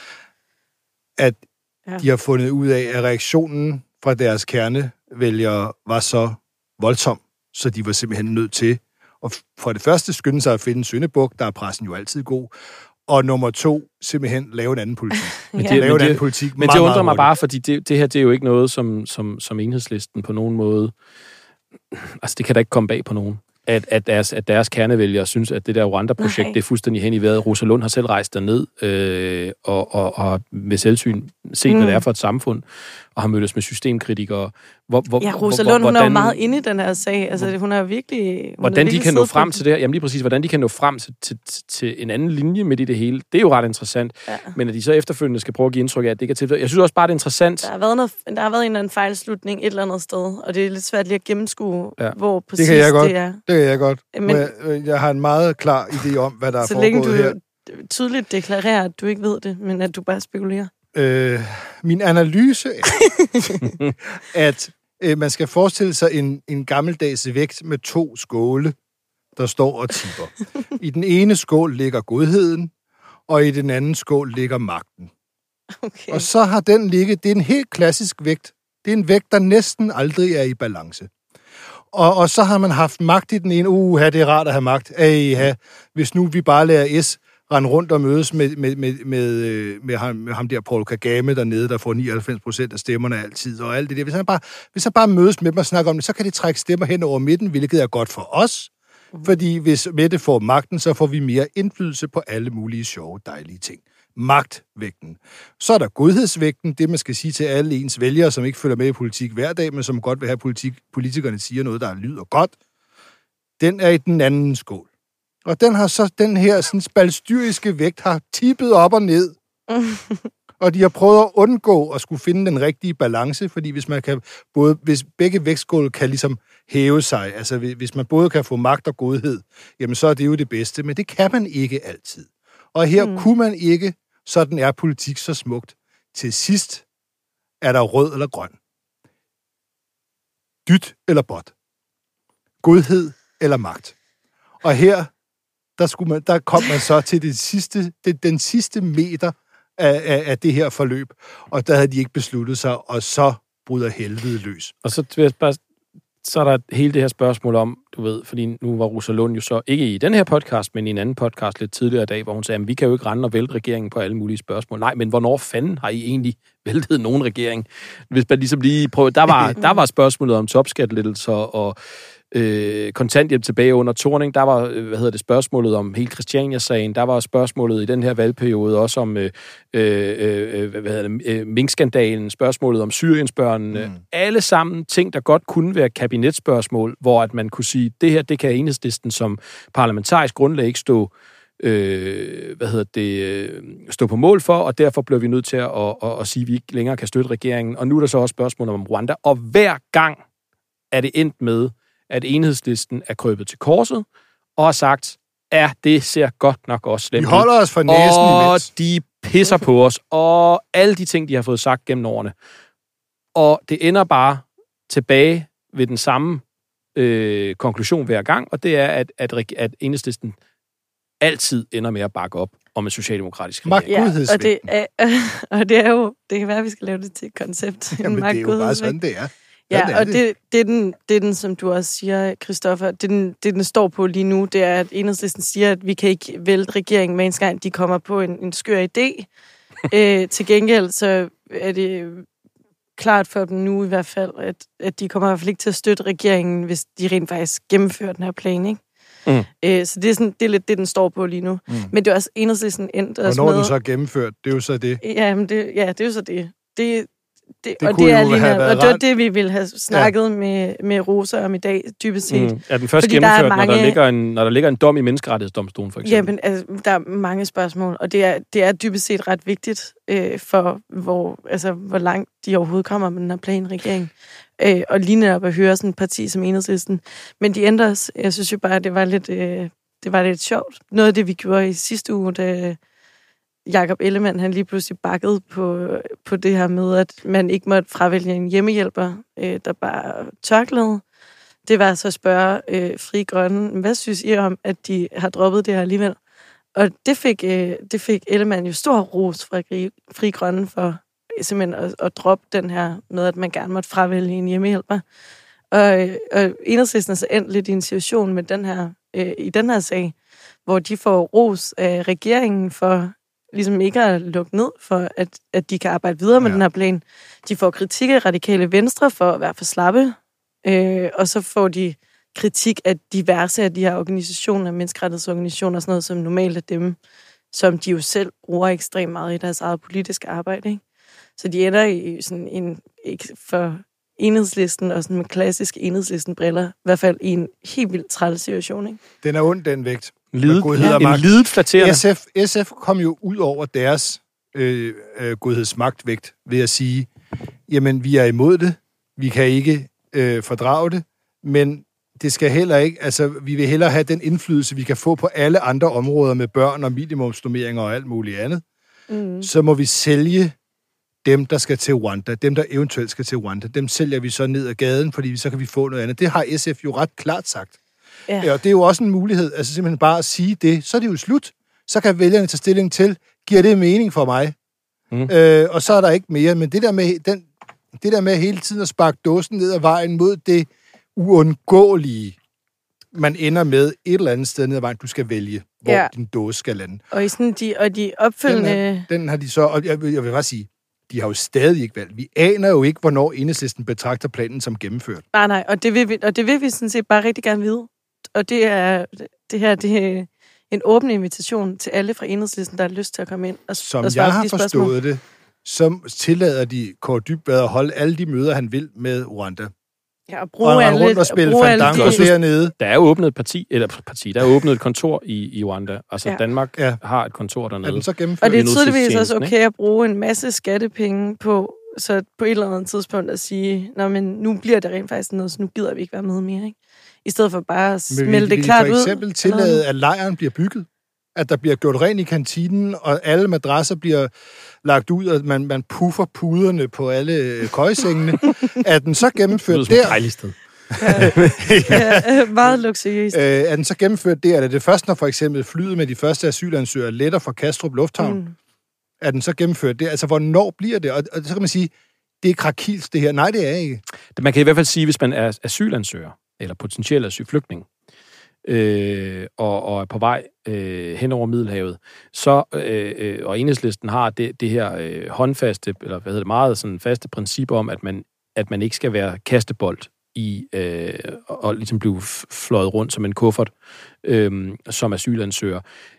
at ja. de har fundet ud af, at reaktionen fra deres kernevælgere var så voldsom, så de var simpelthen nødt til at for det første skynde sig at finde en syndebuk, der er pressen jo altid god, og nummer to, simpelthen lave en anden politik. ja. Men det, lave men en anden politik men meget, det undrer mig bare, fordi det, det her, det er jo ikke noget, som, som, som Enhedslisten på nogen måde, altså det kan da ikke komme bag på nogen. At, at, deres, at deres kernevælgere synes, at det der Rwanda-projekt, det er fuldstændig hen i vejret. Rosa Lund har selv rejst derned øh, og, og, og med selvsyn set, mm. hvad det er for et samfund, og har mødtes med systemkritikere. Hvor, hvor, ja, Rosa Lund, hun er jo meget inde i den her sag. Altså, hun er virkelig... Hun hvordan er virkelig de kan nå frem til det her, jamen lige præcis, hvordan de kan nå frem til, til, til en anden linje midt i det hele, det er jo ret interessant. Ja. Men at de så efterfølgende skal prøve at give indtryk af, at det ikke er tilfældet. Jeg synes også bare, det er interessant. Der har været, noget, der har været en eller anden fejlslutning et eller andet sted, og det er lidt svært lige at gennemskue, ja. hvor præcis det, kan jeg godt. det er. Det kan jeg godt. Men, jeg, jeg har en meget klar idé om, hvad der er foregået her. Så længe du tydeligt deklarerer, at du ikke ved det, men at du bare spekulerer. Øh, min analyse er, at øh, man skal forestille sig en, en gammeldags vægt med to skåle, der står og tipper. I den ene skål ligger godheden, og i den anden skål ligger magten. Okay. Og så har den ligget, det er en helt klassisk vægt. Det er en vægt, der næsten aldrig er i balance. Og, og så har man haft magt i den ene. Uha, det er rart at have magt. Aha, hvis nu vi bare lader S rende rundt og mødes med, med, med, med, med, ham, med ham der Paul Kagame dernede, der får nioghalvfems procent af stemmerne altid, og alt det der. Hvis han bare, hvis han bare mødes med dem og snakker om det, så kan det trække stemmer hen over midten, hvilket er godt for os. Mm. Fordi hvis Mette får magten, så får vi mere indflydelse på alle mulige sjove, dejlige ting. Magtvægten. Så er der godhedsvægten, det man skal sige til alle ens vælgere, som ikke følger med i politik hver dag, men som godt vil have politik, politikerne siger noget, der lyder godt. Den er i den anden skål. Og den har så, den her sådan spalstyriske vægt har tippet op og ned. Og de har prøvet at undgå at skulle finde den rigtige balance, fordi hvis man kan både, hvis begge vægtskåle kan ligesom hæve sig, altså hvis man både kan få magt og godhed, jamen så er det jo det bedste, men det kan man ikke altid. Og her mm. kunne man ikke, sådan er politik så smukt. Til sidst er der rød eller grøn. Dyt eller bot. Godhed eller magt. Og her, der, skulle man, der kom man så til det sidste, det, den sidste meter af, af, af det her forløb, og der havde de ikke besluttet sig, og så bryder helvede løs. Og så vil jeg bare, så er der hele det her spørgsmål om, du ved, fordi nu var Rosa Lund jo så ikke i den her podcast, men i en anden podcast lidt tidligere i dag, hvor hun sagde, at vi kan jo ikke rende og vælte regeringen på alle mulige spørgsmål. Nej, men hvornår fanden har I egentlig væltet nogen regering? Hvis man ligesom lige prøver, der var, der var spørgsmålet om topskattelettelser og øh, kontanthjælp tilbage under Thorning. Der var, hvad hedder det, spørgsmålet om hele Christiania-sagen. Der var spørgsmålet i den her valgperiode også om øh, øh, hvad hedder det, øh, minkskandalen, spørgsmålet om Syriensbørnene. Mm. Alle sammen ting, der godt kunne være kabinetsspørgsmål, hvor at man kunne sige, det her, det kan Enhedslisten som parlamentarisk grundlag ikke stå Øh, hvad hedder det, øh, stå på mål for, og derfor blev vi nødt til at, at, at, at sige, at vi ikke længere kan støtte regeringen. Og nu er der så også spørgsmål om Rwanda, og hver gang er det endt med, at Enhedslisten er krøbet til korset, og har sagt, ja, det ser godt nok også slemt ud. De holder os for næsen og imens. Og de pisser på os, og alle de ting, de har fået sagt gennem årene. Og det ender bare tilbage ved den samme øh, konklusion hver gang, og det er, at, at, at Enhedslisten altid ender med at bakke op om en socialdemokratisk regering. Ja, og det, er, og det er jo, det kan være, at vi skal lave det til et koncept. Jamen, det er jo bare sådan, det er. Ja, og det, det, er den, det er den, som du også siger, Christoffer, det, den, det den står på lige nu, det er, at Enhedslisten siger, at vi kan ikke vælte regeringen, hver eneste gang de kommer på en, en skør idé. Æ, til gengæld, så er det klart for dem nu i hvert fald, at, at de kommer i hvert fald ikke til at støtte regeringen, hvis de rent faktisk gennemfører den her plan, ikke? Mm. Æ, så det er, sådan, det er lidt det, den står på lige nu. Mm. Men det er også Enhedslisten endt også med... Hvornår med... den så er gennemført, det er jo så det. Ja, men det, ja, det er jo så det. Det, det, det og det er lige og det var det, vi ville have snakket ja. med, med Rosa om i dag, dybest set. Mm. Er den først gennemført, mange... når, der ligger en, når der ligger en dom i menneskerettighedsdomstolen, for eksempel? Ja, men altså, der er mange spørgsmål, og det er, det er dybest set ret vigtigt øh, for, hvor, altså, hvor langt de overhovedet kommer med den her plan-regering. Øh, og lige netop at høre sådan et parti som Enhedslisten. Men de ændrer os. Jeg synes jo bare, at det var lidt, øh, det var lidt sjovt. Noget af det, vi gjorde i sidste uge, da Jakob Ellemann, han lige pludselig bakkede på, på det her med, at man ikke måtte fravælge en hjemmehjælper, øh, der bare tørklæde. Det var så at spørge øh, Fri Grønne, hvad synes I om, at de har droppet det her alligevel? Og det fik, øh, det fik Ellemann jo stor ros fra Fri Grønne for simpelthen at, at droppe den her med, at man gerne måtte fravælge en hjemmehjælper. Og, og Enhedslisten er så endt lidt i en situation med den her, øh, i den her sag, hvor de får ros af regeringen for ligesom ikke at lukke ned for, at, at de kan arbejde videre med ja. den her plan. De får kritik af Radikale Venstre for at være for slappe, øh, og så får de kritik af diverse af de her organisationer, menneskerettighedsorganisationer og sådan noget, som normalt er dem, som de jo selv bruger ekstremt meget i deres eget politiske arbejde, ikke? Så de ender i sådan en, ikke for Enhedslisten og sådan med klassiske Enhedslisten-briller, i hvert fald i en helt vildt træls situation, ikke? Den er ond, den vægt. Lidet, ja. En lidet flatterende. S F, S F kom jo ud over deres øh, øh, godhedsmagtvægt ved at sige, jamen, vi er imod det, vi kan ikke øh, fordrage det, men det skal heller ikke, altså, vi vil hellere have den indflydelse, vi kan få på alle andre områder med børn og minimumsnormeringer og alt muligt andet. Mm. Så må vi sælge dem, der skal til Rwanda, dem, der eventuelt skal til Rwanda, dem sælger vi så ned ad gaden, fordi så kan vi få noget andet. Det har S F jo ret klart sagt. Ja. Ja, og det er jo også en mulighed, altså simpelthen bare at sige det, så er det jo slut. Så kan vælgerne tage stilling til, giver det mening for mig? Mm. Øh, og så er der ikke mere. Men det der, med, den, det der med hele tiden at sparke dåsen ned ad vejen mod det uundgåelige, man ender med et eller andet sted ned ad vejen, du skal vælge, hvor ja. din dåse skal lande. Og, i sådan de, og de opfølgende... Den, her, den har de så, og jeg, jeg vil bare sige, de har jo stadig ikke valgt. Vi aner jo ikke, hvornår Enhedslisten betragter planen som gennemført. Nej, nej, og det vil vi, og det vil vi sådan set bare rigtig gerne vide. Og det er det her, det er en åben invitation til alle fra Enhedslisten, der har lyst til at komme ind og, som og svare jeg har de forstået spørgsmål. det, så tillader de Kaare Dybvad at holde alle de møder, han vil med Rwanda. Ja, og bruge og alle, rundt og spille bruge alle fandango de- dernede. Der er jo åbnet et parti, eller parti, der er åbnet et kontor i, i Rwanda. Altså Ja. Danmark Ja. har et kontor dernede. Er den så Og gennemført? det er i tydeligvis også nødtidstjenesten, okay at bruge en masse skattepenge på, så på et eller andet tidspunkt at sige, nå, men nu bliver det rent faktisk noget, så nu gider vi ikke være med mere, ikke? I stedet for bare at Men smelte vil det I klart for ud. eksempel tillade, at lejren bliver bygget? At der bliver gjort rent i kantinen, og alle madrasser bliver lagt ud, og man, man puffer puderne på alle køjesengene. Er den så Det gennemført lyder som et der? dejligt sted. Ja, meget luksuriøst. Øh, er den så gennemført der? Er det først, når for eksempel flyet med de første asylansøgere letter fra Kastrup Lufthavn? Mm. Er den så gennemført der? Altså, hvornår bliver det? Og, og så kan man sige, det er krakils, det her. Nej, det er ikke. Man kan i hvert fald sige, hvis man er asylansøger, eller potentiel asylflygtning, øh, og, og er på vej øh, hen over Middelhavet, så, øh, øh, og Enhedslisten har det, det her øh, håndfaste, eller hvad hedder det, meget sådan faste princip om, at man, at man ikke skal være kastebold i, øh, og, og ligesom blive fløjet rundt som en kuffert øh, som asylansøger.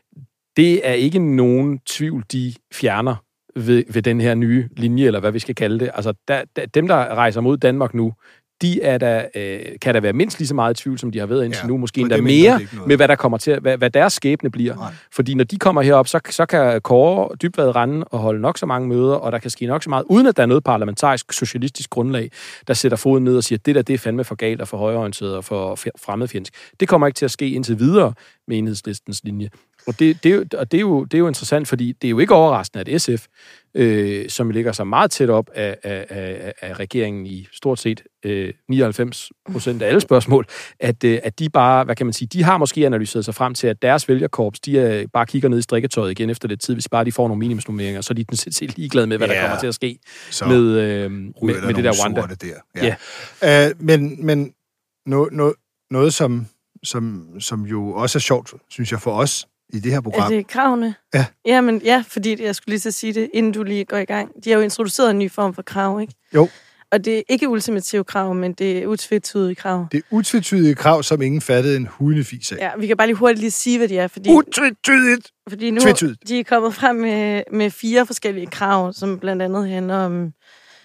Det er ikke nogen tvivl, de fjerner ved, ved den her nye linje, eller hvad vi skal kalde det. Altså, der, der, dem, der rejser mod Danmark nu, de er der, øh, kan der være mindst lige så meget i tvivl, som de har været indtil Ja, nu. Måske for endda dem ændrer mere det ikke noget. med, hvad der kommer til, hvad, hvad deres skæbne bliver. Nej. Fordi når de kommer herop, så, så kan Kåre Dybvad rende og holde nok så mange møder, og der kan ske nok så meget, uden at der er noget parlamentarisk, socialistisk grundlag, der sætter foden ned og siger, at det der, det er fandme for galt og for højreorienteret og for fremmedfjendsk. Det kommer ikke til at ske indtil videre med Enhedslistens linje. Og det, det, er jo, og det, er jo, det er jo interessant, fordi det er jo ikke overraskende, at S F, øh, som ligger så meget tæt op af, af, af, af regeringen i stort set øh, nioghalvfems procent af alle spørgsmål, at, øh, at de bare, hvad kan man sige, de har måske analyseret sig frem til, at deres vælgerkorps, de øh, bare kigger ned i strikketøjet igen efter lidt tid, hvis bare de får nogle minimumsnummeringer, så er de den set ligeglade med, hvad Ja. der kommer til at ske Så med, øh, med, med det der Rwanda. Der. Ja. Ja. Uh, men men no, no, noget, som, som, som jo også er sjovt, synes jeg, for os, i det her program. Er det kravene? Ja. Jamen, ja, fordi jeg skulle lige så sige det, inden du lige går i gang. De har jo introduceret en ny form for krav, ikke? Jo. Og det er ikke ultimative krav, men det er utvetydige krav. Det er utvetydige krav, som ingen fattede en hundefis af. Ja, vi kan bare lige hurtigt lige sige, hvad de er, fordi, Utvetydigt! fordi nu Tvetydigt. de er kommet frem med, med fire forskellige krav, som blandt andet handler om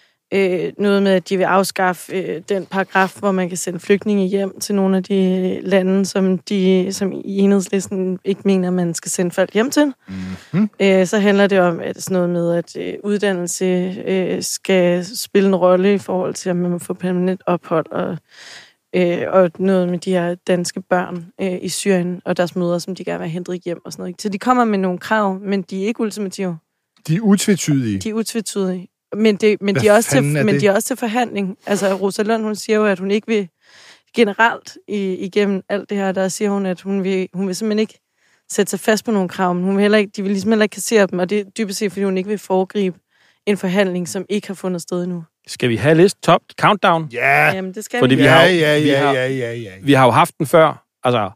øh, noget med, at de vil afskaffe øh, den paragraf, hvor man kan sende flygtninge hjem til nogle af de lande, som de som i Enhedslisten ikke mener, man skal sende folk hjem til. Mm-hmm. Øh, så handler det om at sådan noget med, at øh, uddannelse øh, skal spille en rolle i forhold til, at man må få permanent ophold, og, øh, og noget med de her danske børn øh, i Syrien, og deres mødre, som de gerne vil have hentet hjem og sådan noget. Så de kommer med nogle krav, men de er ikke ultimative. De er utvetydige. De er utvetydige. Men, det, men, Hvad de er også til, fanden er men det? de er også til forhandling. Altså, Rosa Lund, hun siger jo, at hun ikke vil generelt i, igennem alt det her, der siger hun, at hun vil, hun vil simpelthen ikke sætte sig fast på nogle krav, men hun vil heller ikke, de vil ligesom heller ikke kassere dem, og det er dybest set, fordi hun ikke vil foregribe en forhandling, som ikke har fundet sted endnu. Skal vi have list top countdown? Ja, Jamen, det skal Fordi vi. vi ja, har- ja, vi ja, har- ja, ja, ja. Vi har jo haft den før. Altså,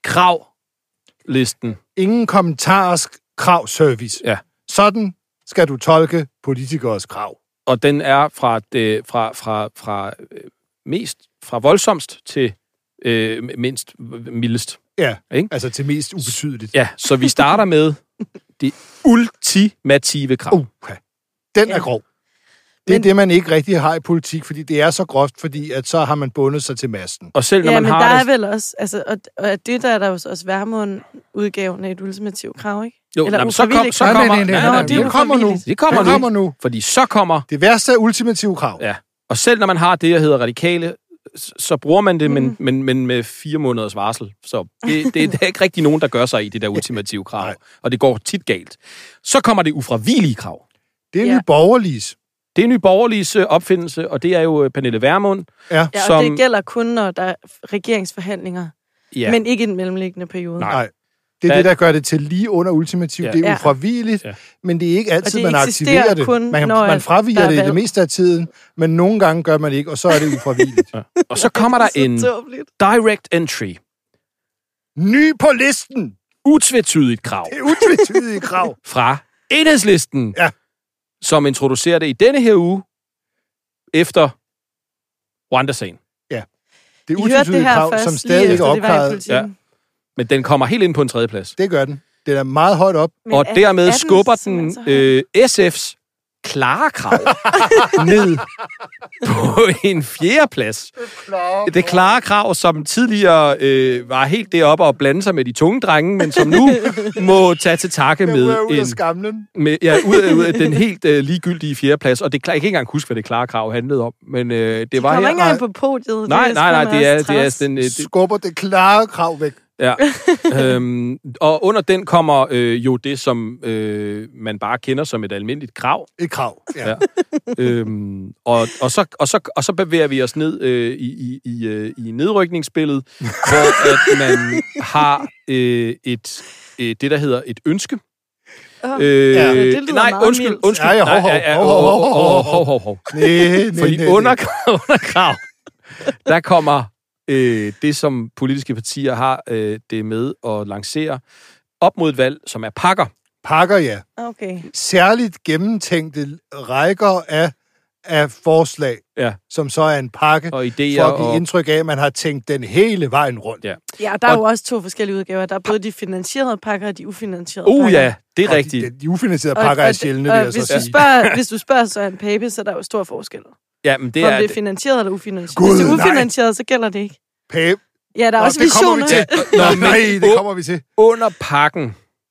kravlisten. Ingen kommentarsk kravservice. Ja. Sådan skal du tolke politikers krav. Og den er fra, det, fra, fra, fra øh, mest, fra voldsomst til øh, mindst mildest. Ja, Ikke? altså til mest ubetydeligt. Ja, så vi starter med det ultimative krav. Okay. Den Ja. er grov. Det er Men- det, man ikke rigtig har i politik, fordi det er så groft, fordi at så har man bundet sig til masten. Og selv når Ja, man men har der er det... vel også, altså, og, og at det der er der jo også Værmund-udgaven af et ultimativt krav, ikke? Jo, Eller nå, men så, kom, ufrivilligt så krav. kommer... nej, nej, nej, nej, nej, nej, det er det kommer nu. ufrivilligt. Det kommer Det nu. kommer nu. Fordi så kommer... Det værste er ultimative krav. Ja. Og selv når man har det, der hedder radikale, så, så bruger man det, Mm. men, men, men med fire måneders varsel. Så det, det, det er ikke rigtig nogen, der gør sig i det der ultimative krav. Nej. Og det går tit galt. Så kommer det ufravigelige krav. Det er Ja. ja. borgerliges. Det er Nye Borgerliges øh, opfindelse, og det er jo øh, Pernille Vermund. Ja. Ja, og som, det gælder kun, når der er regeringsforhandlinger, ja, ja. men ikke i den mellemliggende periode. Nej. Nej. Det er Ja. det, der gør det til lige under ultimativ. Ja. Ja. Det er Ja. ufravigeligt, Ja. ja. men det er ikke altid, det man eksisterer aktiverer det. kun, Man, når man fraviger der er det valg. det meste af tiden, men nogle gange gør man det ikke, og så er det ufravigeligt. ja. Og så kommer der en Så tåbeligt. direct entry. Ny på listen! Utvetydigt krav Det er utvetydige krav. fra Enhedslisten, Ja. som introducerer det i denne her uge efter Rwanda-sagen. Det er I hørte det utvetydige her krav, først, som lige stadig ikke er efter det var i opklaret. politikken. Men den kommer helt ind på en tredje plads. Det gør den. Det er meget højt op. Men Og er- dermed er den skubber simpelthen den så høj? øh, S F's klare krav ned på en fjerdeplads. Det klare krav, som tidligere øh, var helt deroppe og blande sig med de tunge drenge, men som nu må tage til takke med en... Med, ja, ud af, ud af den helt øh, ligegyldige fjerdeplads. Og det, jeg kan ikke engang huske, hvad det klare krav handlede om. Men øh, det de var her... ikke engang på podiet. Nej, nej, nej, det er, det er den... Øh, skubber det klare krav væk. Ja, øhm, og under den kommer øh, jo det, som øh, man bare kender som et almindeligt krav. Et krav, ja. ja. øhm, og, og, så, og, så, og så bevæger vi os ned øh, i, i, i, øh, i nedrykningsbilledet, hvor at man har øh, et, øh, det, der hedder et ønske. Oh, øh, ja, det lyder nej, meget undskyld, mildt. undskyld. Ja, ja, hov, hov, Nej, ja, ja, hov, hov, hov, hov, hov, hov. Næh, Fordi næh, under, under krav, der kommer øh, det, som politiske partier har øh, det med at lancere op mod et valg, som er pakker. Pakker, ja. Okay. Særligt gennemtænkte rækker af, af forslag, Ja. som så er en pakke, Og idéer for at give og... indtryk af, at man har tænkt den hele vejen rundt. Ja. Ja, der er Og- jo også to forskellige udgaver. Der er både de finansierede pakker og de ufinansierede Uh pakker. ja, det er Og rigtigt. De, de ufinansierede pakker er sjældne, vil og jeg så hvis, du sige. spørger, hvis du spørger så en pape, så er der jo stor forskel. Ja, men det Det om er... det er finansieret eller ufinansieret. Gud, Hvis det er nej. ufinansieret, så gælder det ikke. Pæp. Ja, der er Nå, også det kommer vi visioner. til. Nå, nej, det kommer vi til. Under pakken,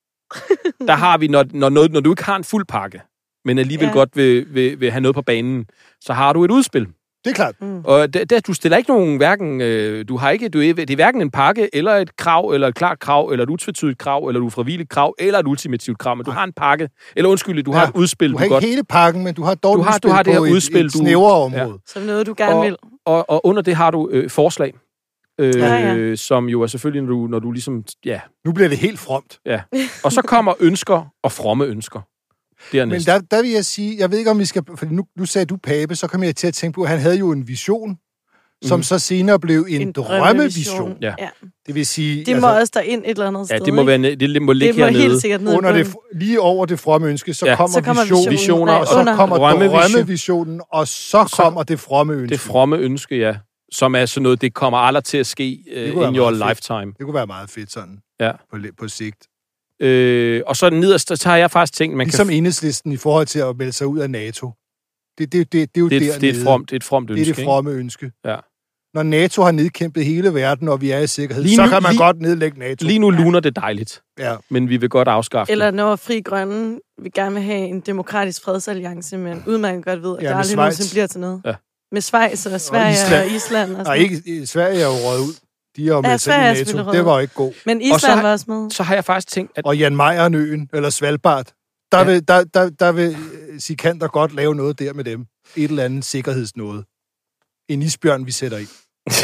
der har vi, når, når, noget, når du ikke har en fuld pakke, men alligevel Ja. ja. godt vil, vil, vil have noget på banen, så har du et udspil. Det er klart. Og det, det, du stiller ikke nogen hverken, øh, du har ikke, du er, det er hverken en pakke, eller et krav, eller et klart krav, eller et utvetydigt krav, eller et ufravilligt krav, eller et ultimativt krav, men du har en pakke, eller undskyld, du har Ja. et udspil, Du du, har ikke godt, hele pakken, men du har dog Du et har- udspil du har det på her et, udspil, et du- snævre område. Så noget, du gerne vil. og, og under det har du øh, forslag, øh, Ja, ja. som jo er selvfølgelig, når du, når du ligesom, ja, Nu bliver det helt fromt. ja. Og så kommer ønsker og fromme ønsker. Men Dernæst. der, der vil jeg sige, jeg ved ikke, om vi skal... For nu, nu sagde du pape, så kom jeg til at tænke på, at han havde jo en vision, som Mhm. så senere blev en, en drømmevision. Ja. ja. Det vil sige... Det må også derind et eller andet Ja, sted. det må, ikke? være, ne- det må ligge det må hernede. helt sikkert ned i under det, bunden. lige over det fromme ønske, så, Ja. kommer, Så kommer vision, visionen. visioner, Nej, og så under. kommer Drømmevision. drømmevisionen, og så kommer det fromme ønske. Det fromme ønske, ja. Som er sådan noget, det kommer aldrig til at ske uh, Det kunne være in your meget fedt. lifetime. Det kunne være meget fedt sådan, Ja. på, på sigt. Øh, og så nederst, der tager jeg faktisk tænkt, man Ligesom kan... Enhedslisten i forhold til at melde sig ud af NATO. Det, det, det, det er jo Det er, dernede. et, det, er et fromt, det er et fromt Det ønske, er det fromme ønske. Ja. Når NATO har nedkæmpet hele verden, og vi er i sikkerhed, Lige så nu- kan man lige- godt nedlægge NATO. ikke? Lige nu luner det dejligt, Ja. men vi vil godt afskaffe Eller det. når Fri Grønne vil gerne vil have en demokratisk fredsalliance, men udmærket godt ved, at Ja, der med aldrig Schweiz. nogensinde bliver til noget. Ja. Med Schweiz og Sverige og Island. Island. Og Island og Nej, sådan. ikke, i Sverige er jo røget ud. De er jo Ja, med Sverige er selv i selvfølgelig NATO. røget Det ud. var ikke god. Men Og Island så har- var også med. Så har jeg faktisk tænkt, at Og Jan Mayer-øen, eller Svalbard, der, Ja. ja. vil, der, der, der vil øh, Sikander godt lave noget der med dem. Et eller andet sikkerhedsnåde. En isbjørn, vi sætter i.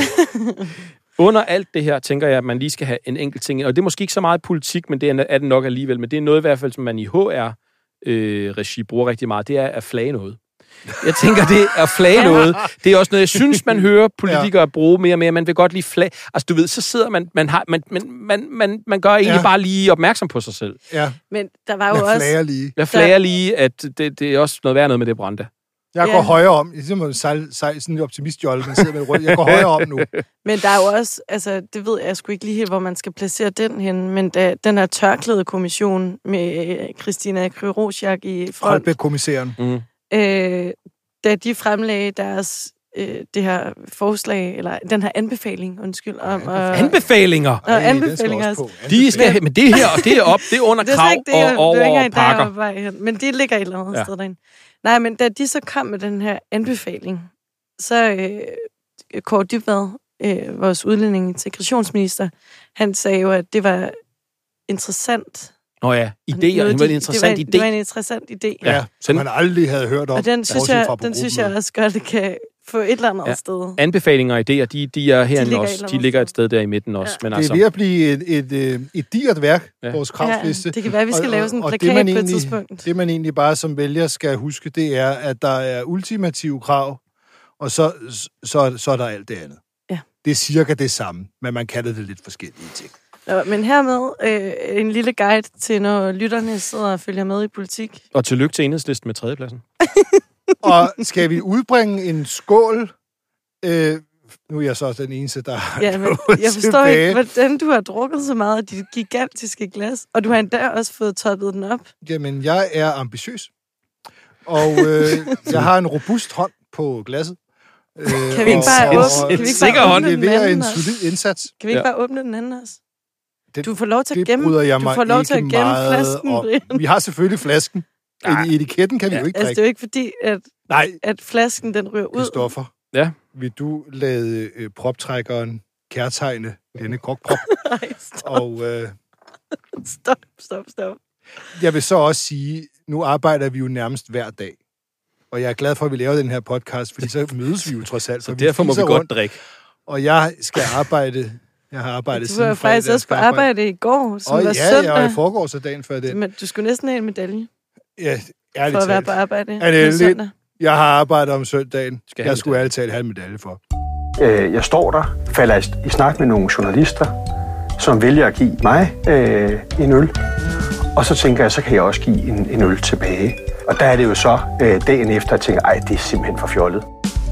under alt det her, tænker jeg, at man lige skal have en enkelt ting. Og det er måske ikke så meget politik, men det er er det nok alligevel. Men det er noget i hvert fald, som man i H R-regi øh, bruger rigtig meget. Det er at flage noget. Jeg tænker, det at flage noget, det er også noget, jeg synes, man hører politikere bruge mere og mere. Man vil godt lige flage. Altså, du ved, så sidder man, man har, man, man, man, man, man gør egentlig Ja. bare lige opmærksom på sig selv. Ja, Men der var jo jeg også... flager lige. Jeg flager lige, at det, det er også noget værd noget med det brænde. Jeg Ja. går højere om. Det er simpelthen sejl, sejl, sådan en optimistjolle, man sidder med rundt. Jeg går højere om nu. Men der er jo også, altså det ved jeg sgu ikke lige helt, hvor man skal placere den hen, men da, den her tørklædekommission med øh, Christina Kryrosiak i front, Holbæk-kommissæren. Mm. øh, da de fremlagde deres, øh, det her forslag, eller den her anbefaling, undskyld, om at... Anbefalinger! Og Ej, den skal anbefalinger også også. på. De skal, men det her, og det er op, det er under Det er krav slet ikke det, jeg, og det er ikke over engang der, jeg var pakker. på vej hen. Men det ligger et eller andet Ja. ja. sted derinde. Nej, men da de så kom med den her anbefaling, så øh, Kåre Dybvad, øh, vores udlænding integrationsminister, han sagde jo, at det var interessant. Nå ja, idéer. Noget, Det var en de- interessant det var, idé. Det var en interessant idé. Ja, Ja, som den- man aldrig havde hørt om. Og den synes, bortset jeg, fra på den synes jeg gruppemødet. også godt, det kan få et eller andet Ja. ja. sted. Anbefalinger og idéer, de, de er herinde ligger et også. eller De andet ligger et sted. sted der i midten også. Ja. Men Det altså, er ved at blive et, et, et, et digert værk, Ja. vores Ja, kravsliste. det kan være, at vi skal Og- lave sådan en og det, plakat man på et egentlig- tidspunkt. Det, man egentlig bare som vælger skal huske, det er, at der er ultimative krav, og så, så, så er der alt det andet. Ja. Det er cirka det samme, men man kalder det lidt forskellige ting. Nå, men hermed øh, en lille guide til, når lytterne sidder og følger med i politik. og tillykke til Enhedslisten med tredjepladsen. Og skal vi udbringe en skål? Øh, nu er jeg så den eneste, der har Ja, men noget jeg forstår tilbage. ikke, hvordan du har drukket så meget af dit gigantiske glas, og du har endda også fået toppet den op. Jamen, jeg er ambitiøs. Og øh, jeg har en robust hånd på glasset. Øh, Kan vi ikke bare og- åbne, og- kan vi ikke sikker bare hånd. åbne den leverer anden en også? solid indsats. Kan vi ikke Ja. bare åbne den anden også? Det- Du får lov til at Det gemme, bryder jeg du mig får lov ikke til at gemme meget flasken, om. Brian. Vi har selvfølgelig flasken. Nej. I etiketten kan vi jo ikke Altså, det er drikke. jo ikke fordi, at, Nej, at flasken den ryger ud. Kristoffer. Ja. Vil du lade øh, proptrækkeren kærtegne denne krokprop? Nej, stop, Og øh, stop, stop, stop. jeg vil så også sige, nu arbejder vi jo nærmest hver dag. Og jeg er glad for, at vi laver den her podcast, fordi så mødes vi jo trods alt. Så for derfor må vi fiser godt rundt, drikke. Og jeg skal arbejde... Jeg har arbejdet Du siden var fredag. faktisk Jeg også på skal arbejde i går, som Og var ja, søndag. jeg var i forgårs så dagen før det. Men du skulle næsten have en medalje Ja, for ærligt at være talt. på arbejde Er det på lidt? søndag. Jeg har arbejdet om søndagen. Skal have Jeg skulle medalje. ærligt talt have en medalje for. Øh, Jeg står der, falder i- i snak med nogle journalister, som vælger at give mig øh, en øl. Og så tænker jeg, så kan jeg også give en, en øl tilbage. Og der er det jo så øh, dagen efter, at jeg tænker, ej, det er simpelthen for fjollet.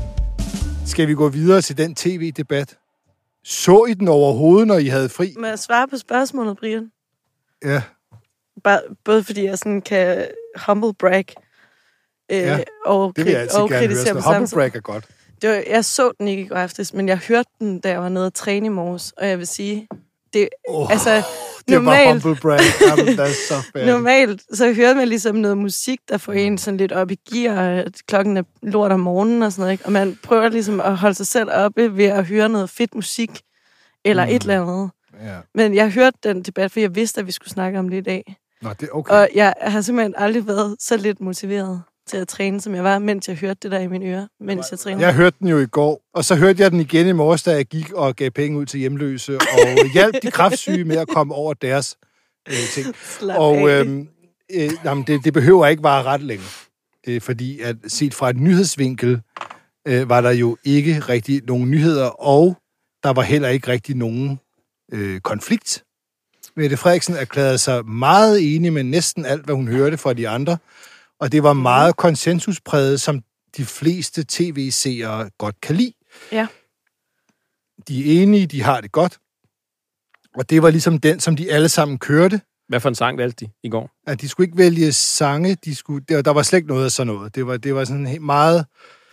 Skal vi gå videre til den tv-debat? Så I den overhovedet, når I havde fri? Må jeg svare på spørgsmålet, Brian? Ja. Bare, både fordi jeg sådan kan humble brag øh, Ja, og, Det vil jeg altid og gerne høre. kritisere Sådan på humble samme tid. brag er godt. Det var, jeg så den ikke i går aftes, men jeg hørte den, da jeg var nede at træne i morges. Og jeg vil sige, det, Oh, altså, det var normalt, humble brag. Jamen, det er så bad. normalt, så hører man ligesom noget musik, der får en sådan lidt op i gear, at klokken er lort om morgenen og sådan noget, ikke? Og man prøver ligesom at holde sig selv oppe ved at høre noget fedt musik, eller mm. et eller andet. Ja. Men jeg hørte den debat, for jeg vidste, at vi skulle snakke om det i dag. Nå, det er okay. Og jeg har simpelthen aldrig været så lidt motiveret til at træne, som jeg var, mens jeg hørte det der i mine ører, mens jeg trænede. Jeg hørte den jo i går, og så hørte jeg den igen i morges, da jeg gik og gav penge ud til hjemløse, og hjalp de kræftsyge med at komme over deres øh, ting. Slap Og af. øh, øh, jamen, det, det behøver ikke vare ret længe, øh, fordi at set fra et nyhedsvinkel, øh, var der jo ikke rigtig nogen nyheder, og der var heller ikke rigtig nogen øh, konflikt. Mette Frederiksen erklærede sig meget enig med næsten alt, hvad hun hørte fra de andre, og det var meget konsensuspræget, som de fleste tv-seere godt kan lide. Ja. De er enige, de har det godt, og det var ligesom den, som de alle sammen kørte, Hvad for en sang valgte de i går? at de skulle ikke vælge sange, de skulle, der, der var slet ikke noget af sådan noget. Det var, det var sådan helt meget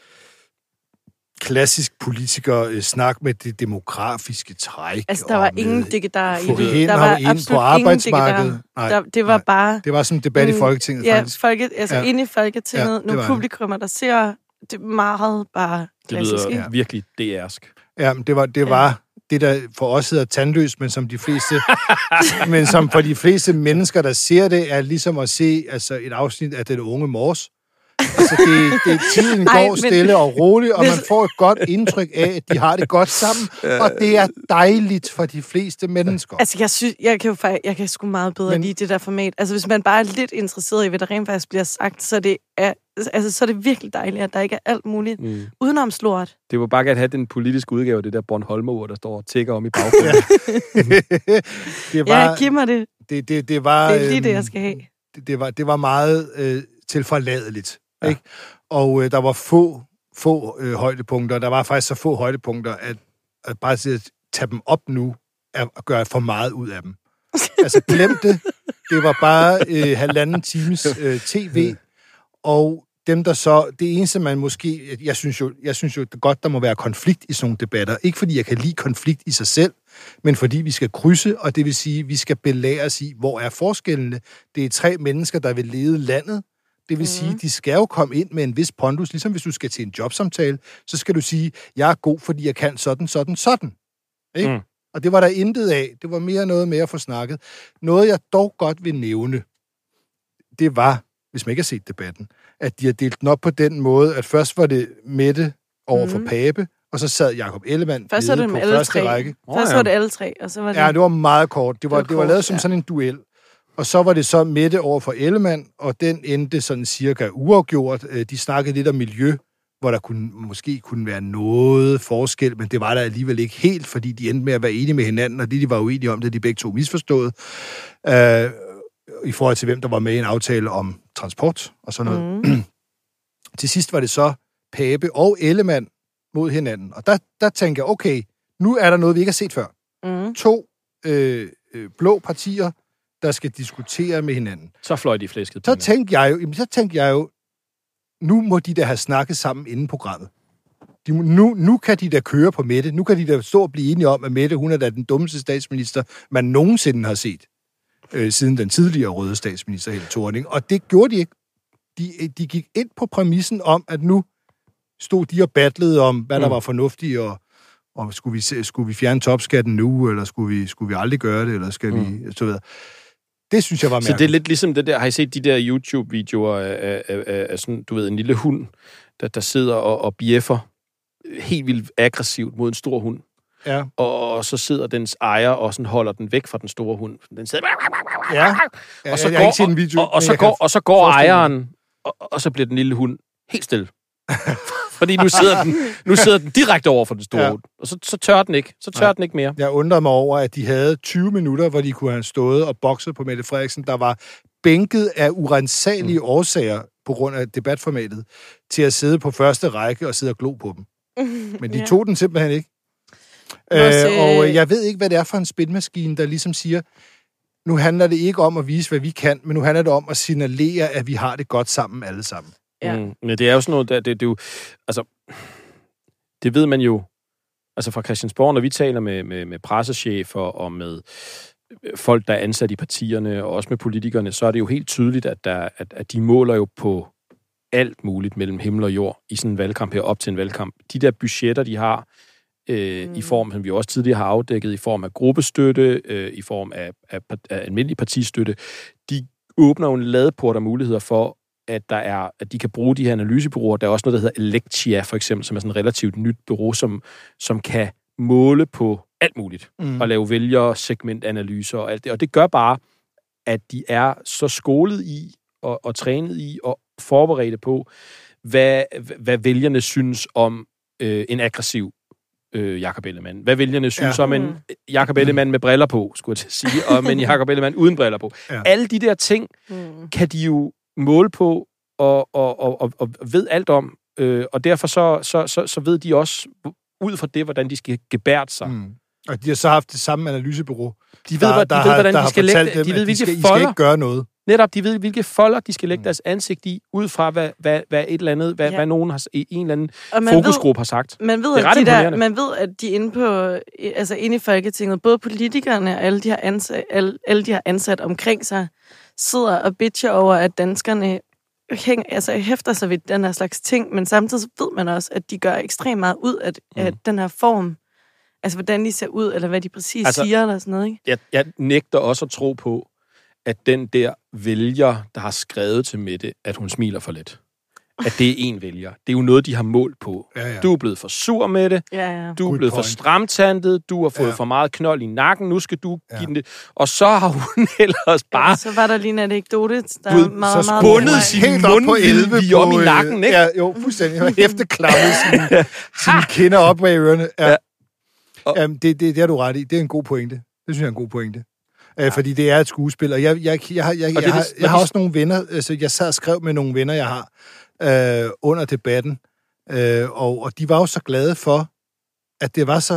klassisk politiker-snak med det demografiske træk. Altså, der var og med ingen digedar i få det. hænder Der var ind absolut på arbejdsmarkedet. Nej, der, det var nej. bare... Det var sådan en debat i Mm, Folketinget, Ja, faktisk. folket, altså Ja. ja. inde i Folketinget, Ja, ja, det nogle var publikummer, der ser det meget bare Det klassisk, lyder ikke? ja. virkelig D R'sk. Ja, men det var, det var det, der for os hedder tandløs, men som de fleste, men som for de fleste mennesker, der ser det, er ligesom at se altså, et afsnit af Den Unge Mors. Altså, det, det, tiden Ej, går men- stille og roligt, og Hvis- man får et godt indtryk af, at de har det godt sammen, og det er dejligt for de fleste mennesker. Altså, jeg synes, jeg kan jo faktisk, jeg kan sgu meget bedre Men- Men... lide det der format. Altså, hvis man bare er lidt interesseret i, hvad der rent faktisk bliver sagt, så er det, er, altså, så er det virkelig dejligt, at der ikke er alt muligt Mm. udenomslort. Det var bare gerne have den politiske udgave af det der Bornholmer-ord, der står og tækker om i baggrunden. det var, Ja, giv mig det. det, det, det var, Det er lige det, øhm, jeg skal have. det, det, var, det var meget øh, tilforladeligt. Ja. Ikke? Og øh, der var få, få øh, højdepunkter. Der var faktisk så få højdepunkter, at, at bare til at tage dem op nu, er at gøre for meget ud af dem. Altså glem det. Det var bare øh, halvanden times øh, tv, og dem der så, det eneste man måske, jeg synes jo, jeg synes jo det er godt, der må være konflikt i sådan nogle debatter. Ikke fordi jeg kan lide konflikt i sig selv, men fordi vi skal krydse, og det vil sige, vi skal belære os i, hvor er forskellene. Det er tre mennesker, der vil lede landet. Det vil mm. sige, de skal jo komme ind med en vis pondus, ligesom hvis du skal til en jobsamtale, så skal du sige, jeg er god, fordi jeg kan sådan, sådan, sådan. Ikke? Mm. Og det var der intet af. Det var mere noget med at få snakket. Noget, jeg dog godt vil nævne, det var, hvis man ikke har set debatten, at de har delt den op på den måde, at først var det Mette over mm. for Pape, og så sad Jakob Ellemann Først var det på med alle første tre. række. Først var det alle tre, og så var det... Ja, det var meget kort. Det var, det var, det var det var lavet kort, som ja. sådan en duel. Og så var det så Mette over for Ellemann, og den endte sådan cirka uafgjort. De snakkede lidt om miljø, hvor der kunne, måske kunne være noget forskel, men det var der alligevel ikke helt, fordi de endte med at være enige med hinanden, og det, de var uenige om, det de begge to misforstået, øh, i forhold til, hvem der var med i en aftale om transport og sådan noget. Mm. Til sidst var det så Pape og Ellemann mod hinanden, og der, der tænker jeg, okay, nu er der noget, vi ikke har set før. Mm. To øh, øh, blå partier, der skal diskutere med hinanden. Så fløj de flæsket. Så tænkte jeg jo, jamen, så tænkte jeg jo, nu må de da have snakket sammen inden programmet. De, nu, nu kan de da køre på Mette. Nu kan de da stå og blive enige om, at Mette, hun er da den dummeste statsminister, man nogensinde har set, øh, siden den tidligere røde statsminister, Helle Thorning. Og det gjorde de ikke. De, de gik ind på præmissen om, at nu stod de og battlede om, hvad der var fornuftigt, og, og skulle, vi, skulle vi fjerne topskatten nu, eller skulle vi, skulle vi aldrig gøre det, eller skal mm. vi... Så videre. Det synes jeg var mærkeligt. Så det er lidt ligesom det der, har I set de der YouTube-videoer af, af, af, af sådan, du ved, en lille hund, der, der sidder og, og bjeffer helt vildt aggressivt mod en stor hund. Ja. Og så sidder dens ejer og sådan holder den væk fra den store hund. Den sidder... Ja. Og så jeg, jeg går, video, og, og, så går, og så går ejeren, og, og så bliver den lille hund helt stille. Fordi nu sidder, den, nu sidder den direkte over for den store ja. hund. Og så, så tør den ikke. Så tør ja. den ikke mere. Jeg undrer mig over, at de havde tyve minutter, hvor de kunne have stået og bokset på Mette Frederiksen, der var bænket af urensagelige mm. årsager på grund af debatformatet, til at sidde på første række og sidde og glo på dem. Men de ja. tog den simpelthen ikke. Øh, og jeg ved ikke, hvad det er for en spilmaskine, der ligesom siger, nu handler det ikke om at vise, hvad vi kan, men nu handler det om at signalere, at vi har det godt sammen alle sammen. Ja. Mm, men det er jo sådan noget, der, det, det er jo, altså, det ved man jo, altså fra Christiansborg, når vi taler med, med, med pressechefer og med folk, der er ansat i partierne, og også med politikerne, så er det jo helt tydeligt, at, der, at, at de måler jo på alt muligt mellem himmel og jord i sådan en valgkamp her, op til en valgkamp. De der budgetter, de har, øh, mm. i form, som vi også tidligere har afdækket, i form af gruppestøtte, øh, i form af, af, af almindelig partistøtte, de åbner jo en ladeport af muligheder for, at, der er, at de kan bruge de her analysebureauer. Der er også noget, der hedder Electia, for eksempel, som er sådan et relativt nyt bureau, som, som kan måle på alt muligt, mm. og lave vælgersegmentanalyser og alt det. Og det gør bare, at de er så skolet i, og, og trænet i, og forberedte på, hvad, hvad vælgerne synes om øh, en aggressiv øh, Jakob Ellemann. Hvad vælgerne synes ja. om en Jakob Ellemann med briller på, skulle jeg til at sige, og en Jakob Ellemann uden briller på. Ja. Alle de der ting mm. kan de jo måle på og, og, og, og, og ved alt om, øh, og derfor så, så, så, så ved de også ud fra det, hvordan de skal gebærde sig. Mm. Og de har så haft det samme analysebureau. De ved, der, hvad, de der ved hvordan har, de skal lægge dem, de ved, hvilke de skal, folder, I skal ikke gøre noget. Netop, de ved, hvilke folder de skal lægge mm. deres ansigt i, ud fra, hvad, hvad, hvad et eller andet, hvad, ja. hvad nogen har, en eller anden fokusgruppe har sagt. Man ved, at de der, man ved, at de inde på, altså inde i Folketinget, både politikerne og alle de har ansat, alle, alle de har ansat omkring sig, sidder og bitcher over, at danskerne hæng, altså, hæfter sig ved den her slags ting, men samtidig ved man også, at de gør ekstremt meget ud af, mm. af den her form. Altså, hvordan de ser ud, eller hvad de præcis altså, siger, eller sådan noget, ikke? Jeg, jeg nægter også at tro på, at den der vælger, der har skrevet til Mette, at hun smiler for lidt, at det er en vælger. Det er jo noget, de har målt på. Ja, ja. Du er blevet for sur med det. Ja, ja. Du er Good blevet point. for stramtandet. Du har fået ja. for meget knold i nakken. Nu skal du ja. give den det. Og så har hun ellers bare... Ja, så var der lige en anekdote, der er meget, så meget... bundet sin mundvide lige om i nakken, ikke? Ja, jo, fuldstændig. Og efterklammet sine, sine kinder op med ørerne. Ja. Ja. Jamen, det, det, det er du ret i. Det er en god pointe. Det synes jeg er en god pointe. Ja. Fordi det er et skuespil. Og jeg, jeg, jeg, jeg, jeg, jeg, har, jeg har også nogle venner... Altså, jeg sad og skrev med nogle venner, jeg har, øh, under debatten. Øh, og, og de var jo så glade for, at det var så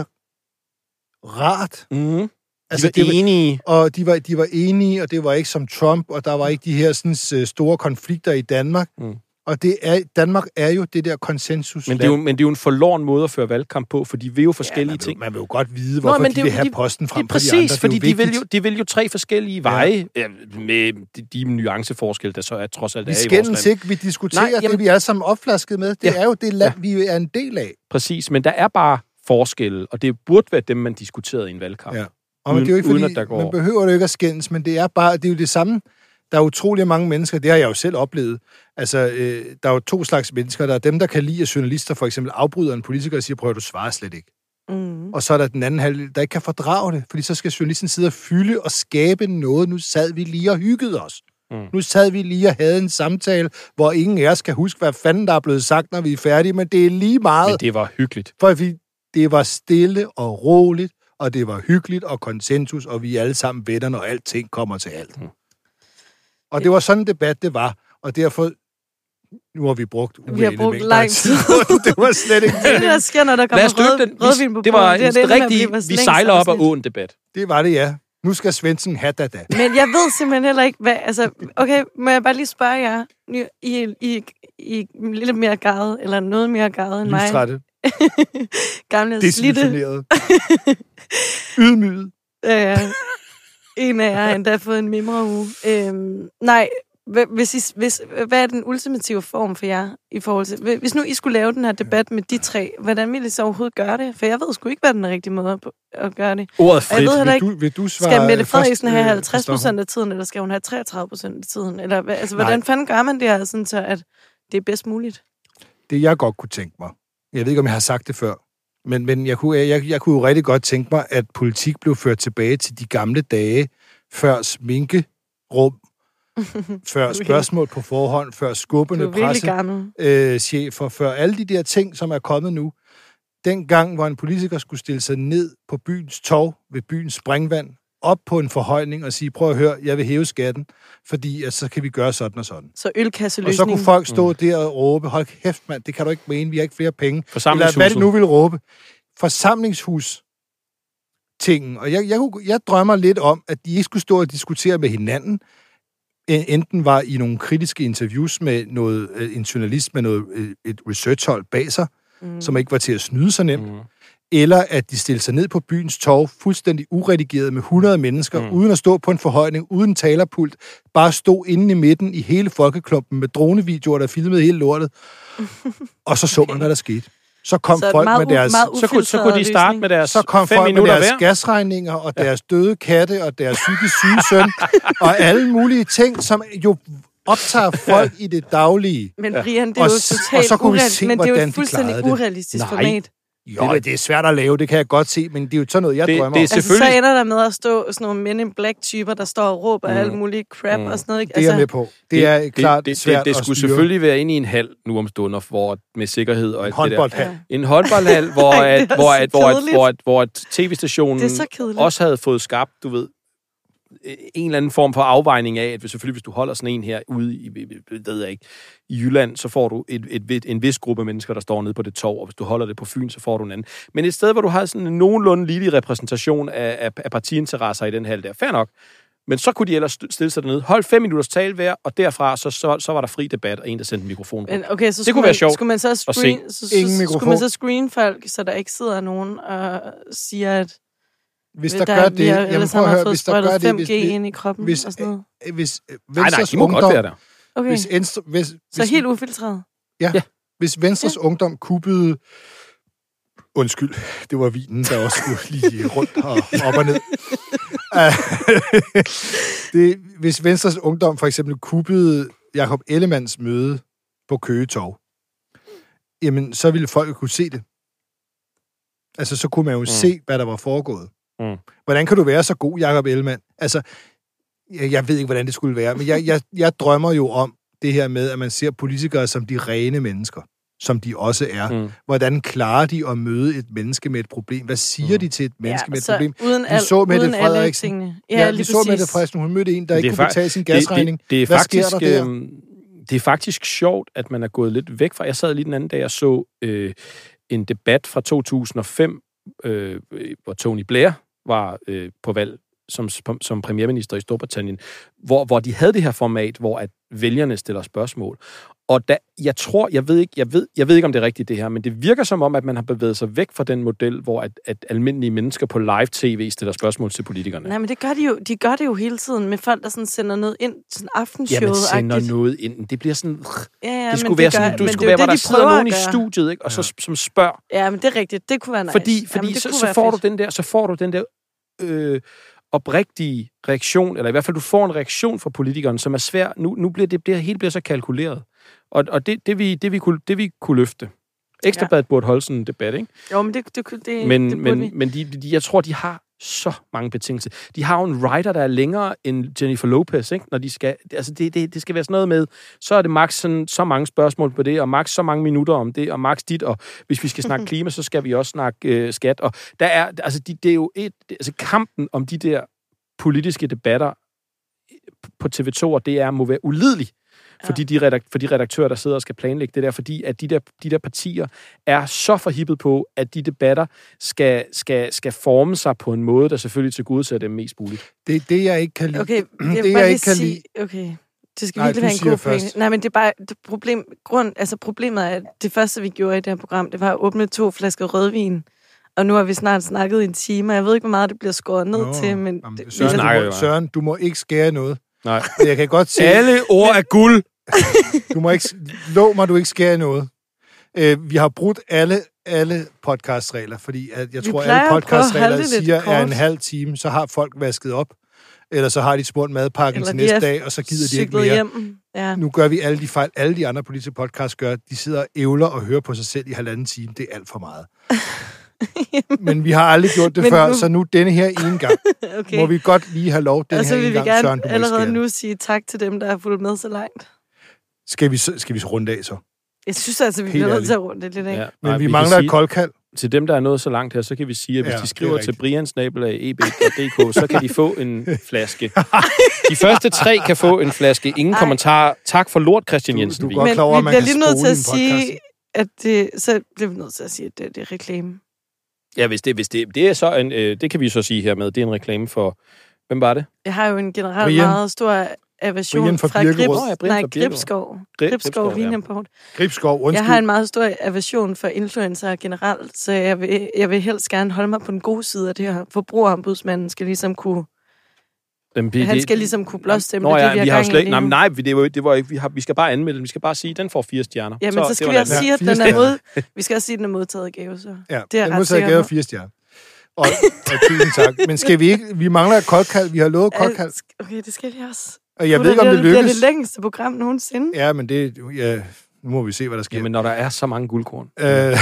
rart. Mm. Altså, de var det, enige. Og de var, de var enige, og det var ikke som Trump, og der var ikke de her sådan, store konflikter i Danmark. Mm. Og det er, Danmark er jo det der konsensus. Men det er jo, men det er jo en forlorn måde at føre valgkamp på, for de vil jo forskellige ja, man vil, ting. Man vil jo godt vide, hvorfor Nå, de vil have de, posten frem for præcis, de andre. Præcis, fordi de vil, jo, de vil jo tre forskellige veje, ja. med de, de nuanceforskelle, der så er trods alt vi er i vores land. Ikke, vi diskuterer Nej, jamen, det, vi er alle sammen opflasket med. Det ja. er jo det land, ja. vi er en del af. Præcis, men der er bare forskelle, og det burde være dem, man diskuterede i en valgkamp. Ja. Og uden, det er jo ikke, fordi, uden, går... man behøver det ikke at skændes, men det er bare, det er jo det samme. Der er utrolig mange mennesker, det har jeg jo selv oplevet. Altså, øh, der er jo to slags mennesker. Der er dem, der kan lide, at journalister for eksempel afbryder en politiker og siger, prøv at du svarer slet ikke. Mm. Og så er der den anden halvdel, der ikke kan fordrage det, fordi så skal journalisten sidde og fylde og skabe noget. Nu sad vi lige og hyggede os. Mm. Nu sad vi lige og havde en samtale, hvor ingen af os kan huske, hvad fanden der er blevet sagt, når vi er færdige, men det er lige meget. Men det var hyggeligt. For vi, det var stille og roligt, og det var hyggeligt og konsensus, og vi er alle sammen venner, når alting kommer til alt. Mm. Og det var sådan en debat, det var, og derfor, nu har vi brugt Vi har brugt lang tid. Det var slet ikke det. Det der sker, når der kommer rød, rødvin på Det var en rigtig, vi sejler op af åen debat. Det var det, ja. Nu skal Svendsen have da da. Men jeg ved simpelthen heller ikke, hvad... Altså, okay, må jeg bare lige spørge jer? I, I, I lidt mere garvet, eller noget mere garvet end mig. Livstrætte. Gamle slitte. Desillusioneret. Ydmyget. Ja, en af jer har endda fået en mimreuge. Øhm, nej, hvis I, hvis, hvad er den ultimative form for jer i forhold til... Hvis nu I skulle lave den her debat med de tre, hvordan ville I så overhovedet gøre det? For jeg ved sgu ikke, hvad den rigtige måde at gøre det. Ordet frit. Jeg ved heller ikke, vil du, vil du svare skal Mette Frederiksen først, have halvtreds procent af tiden, eller skal hun have treogtredive procent af tiden? Eller, altså, hvordan Nej. fanden gør man det her, sådan så at det er bedst muligt? Det, jeg godt kunne tænke mig, jeg ved ikke, om jeg har sagt det før, men, men jeg, kunne, jeg, jeg kunne jo rigtig godt tænke mig, at politik blev ført tilbage til de gamle dage, før sminkerum, før spørgsmål på forhånd, før skubbende pressechefer, øh, før alle de der ting, som er kommet nu. Dengang, hvor en politiker skulle stille sig ned på byens torv ved byens springvand, op på en forhøjning og sige, prøv at høre, jeg vil hæve skatten, fordi at så kan vi gøre sådan og sådan. Så ølkasseløsning. Og så kunne folk stå mm. der og råbe, hold kæft mand, det kan du ikke mene, vi har ikke flere penge. Forsamlingshuset. Eller hvad det nu vil råbe. Forsamlingshus tingen. Og jeg, jeg, jeg drømmer lidt om, at de ikke skulle stå og diskutere med hinanden, enten var i nogle kritiske interviews med noget, en journalist med noget, et researchhold bag sig, mm. som ikke var til at snyde så nemt, mm. eller at de stillede sig ned på byens torv, fuldstændig uredigeret med hundrede mennesker, mm. uden at stå på en forhøjning, uden talerpult, bare stå inde i midten i hele folkeklumpen med dronevideoer, der filmede hele lortet, og så så man, hvad der skete. Så kom så folk med deres... Så kunne, så kunne de starte med deres Så kom fem folk med deres hver. gasregninger, og deres døde katte, og deres psykisk syge søn, og alle mulige ting, som jo optager folk i det daglige. Men Brian, det er jo totalt urealistisk. Men det er jo et fuldstændig urealistisk format. Jo, det er svært at lave, det kan jeg godt se, men det er jo sådan noget, jeg det, drømmer det er om. Selvfølgelig... Altså, så ender der med at stå sådan nogle Men in Black-typer, der står og råber mm. alle mulige crap mm. og sådan noget. Ikke? Det er jeg med på. Det, det er det, klart det, svært det, det, det skulle selvfølgelig være inde i en hal nu om stunder, hvor med sikkerhed og en håndboldhal. En håndboldhal, hvor at, hvor at, hvor at, hvor at, hvor at tv-stationen også havde fået skabt, du ved, en eller anden form for afvejning af, at selvfølgelig, hvis du holder sådan en her ude i, ved jeg ikke, i Jylland, så får du et, et, en vis gruppe mennesker, der står nede på det torv, og hvis du holder det på Fyn, så får du en anden. Men et sted, hvor du har sådan en nogenlunde lille repræsentation af, af, af partiinteresser i den hal der, fair nok. Men så kunne de ellers stille sig dernede, hold fem minutters tale hver, og derfra så, så, så var der fri debat, og en, der sendte en mikrofon på. Okay, så det kunne man, være sjovt skulle man så screen, så, så, Ingen skulle man så screen folk, så der ikke sidder nogen og siger, at hvis der, der gør det, jamen prøv at høre, hvis der gør det, fem G ind i kroppen hvis, og sådan noget. Hvis nej, nej, de må godt være der. Okay. Hvis Enstre, hvis, så hvis, helt ufiltreret? Ja. ja. Hvis Venstres ja. Ungdom kuppede... Undskyld, det var vinen, der også skulle lige rundt og op og ned. det, hvis Venstres Ungdom for eksempel kuppede Jakob Ellemanns møde på Køge Torv, jamen, så ville folk kunne se det. Altså, så kunne man jo mm. se, hvad der var foregået. Mm. Hvordan kan du være så god, Jakob Ellemann? Altså, jeg, jeg ved ikke, hvordan det skulle være, men jeg, jeg, jeg drømmer jo om det her med, at man ser politikere som de rene mennesker, som de også er. Mm. Hvordan klarer de at møde et menneske med et problem? Hvad siger mm. de til et menneske ja, med et problem? Uden al, vi så Mette uden Frederiksen. Ja, ja, vi så Mette Frederiksen. Hun mødte en, der ikke kunne betale sin gasregning. Det, det, det er Hvad faktisk, sker der der? Øh, det er faktisk sjovt, at man er gået lidt væk fra... Jeg sad lige den anden dag og så øh, en debat fra to tusind og fem, øh, hvor Tony Blair var øh, på valg som, som premierminister i Storbritannien, hvor, hvor de havde det her format, hvor at vælgerne stiller spørgsmål. Og da, jeg tror, jeg ved, ikke, jeg, ved, jeg ved ikke, om det er rigtigt det her, men det virker som om, at man har bevæget sig væk fra den model, hvor at, at almindelige mennesker på live-tv stiller spørgsmål til politikerne. Nej, men det gør de jo, de gør det jo hele tiden med folk, der sådan sender noget ind, sådan aftenshowet. Ja, man sender noget ind. Det bliver sådan... Ja, ja, det skulle være, det gør, sådan, du skulle være, hvor det, der sidder nogen i gøre. studiet, ikke? Og så, som spørger. Ja, men det er rigtigt. Det kunne være nice. Fordi, fordi Jamen, så, så, får du den der, så får du den der... Øh, oprigtige reaktion, eller i hvert fald du får en reaktion fra politikeren, som er svær. Nu, nu bliver det bliver, helt bliver så kalkuleret. Og, og det, det, vi, det, vi kunne, det vi kunne løfte. Ekstrabladet ja. burde holde sådan en debat, ikke? Jo, men det, det, det, men, det men, vi. men de, de, jeg tror, de har så mange betingelser. De har jo en writer, der er længere end Jennifer Lopez, ikke? Når de skal, altså det, det, det skal være sådan noget med, så er det max sådan, så mange spørgsmål på det, og max så mange minutter om det, og max dit, og hvis vi skal snakke klima, så skal vi også snakke øh, skat. Og der er, altså de, det er jo et, altså kampen om de der politiske debatter på T V to, og det er, må være ulideligt. for, de, de redak- for de redaktører, der sidder og skal planlægge det der, fordi at de der, de der partier er så forhippet på, at de debatter skal, skal, skal forme sig på en måde, der selvfølgelig tilgodeser dem mest muligt. Det er det, jeg ikke kan lide. Okay, jeg det, jeg ikke kan sige, lide. Okay, det skal Nej, virkelig være en god først. pointe. Nej, men det er bare det problem, grund, altså problemet er, at det første, vi gjorde i det her program, det var at åbne to flasker rødvin. Og nu har vi snart snakket i en time, og jeg ved ikke, hvor meget det bliver skåret ned Nå, til, men... Jamen, det, Søren, snakker du må, jo, Søren, du må ikke skære noget. Nej. Jeg kan godt se... Alle ord er guld! Du må ikke... Lov mig, du ikke skære noget. Uh, vi har brudt alle, alle podcastregler, fordi at jeg vi tror, alle podcastregler siger, kort. er en halv time, så har folk vasket op, eller så har de smurt madpakken til næste dag, og så gider de ikke mere. Hjem. Ja. Nu gør vi alle de fejl, alle de andre politiske podcasts gør. De sidder og ævler og hører på sig selv i halvanden time. Det er alt for meget. Men vi har aldrig gjort det før, nu... så nu denne her ene gang, okay. må vi godt lige have lov den og her ene gang, Søren, Søren, du må allerede nu sige tak til dem, der har fulgt med så langt. Skal vi så, skal vi så runde af så? Jeg synes altså, vi bliver nødt til at runde det lidt af. Ja, men nej, vi, vi mangler et koldkald. Til dem, der er nået så langt her, så kan vi sige, at hvis ja, de skriver til brian snabel-a e b punktum d k, så kan de få en flaske. De første tre kan få en flaske. Ingen kommentar. Tak for lort, Christian Jensen. Du, du men klar, vi bliver lige nødt til at sige, at det, så bliver vi nødt til at sige, at det, det er reklame. Ja, hvis det, hvis det, det er så en, øh, det kan vi så sige hermed. Det er en reklame for... Hvem var det? Jeg har jo en generelt Brian. meget stor aversion fra, fra Gribs, oh, ja, nej, Gribskov. Gribskov Vinimport. Gribskov, undskyld. Jeg har en meget stor aversion for influencer generelt, så jeg vil, jeg vil helst gerne holde mig på den gode side af det her. Forbrugerombudsmanden skal ligesom kunne... Dem, det, han skal ligesom kunne blåstemme det, ja, vi har, vi har slet, nej, nej, det var, det var ikke, vi, har, vi skal bare anmelde den. Vi skal bare sige, at den får fire stjerner. Ja, men så, så skal vi også sige, at den er mod, vi skal også sige, at den er modtaget gave, så. Ja, det er den modtaget gave fire stjerner. Og, og tusind tak. Men skal vi ikke, vi mangler et koldkald, vi har lovet koldkald. Okay, det skal vi også. Og jeg ved ikke, om det lykkes. Det er det længste program nogensinde. Ja, men det, ja, nu må vi se, hvad der sker. Jamen, når der er så mange guldkorn,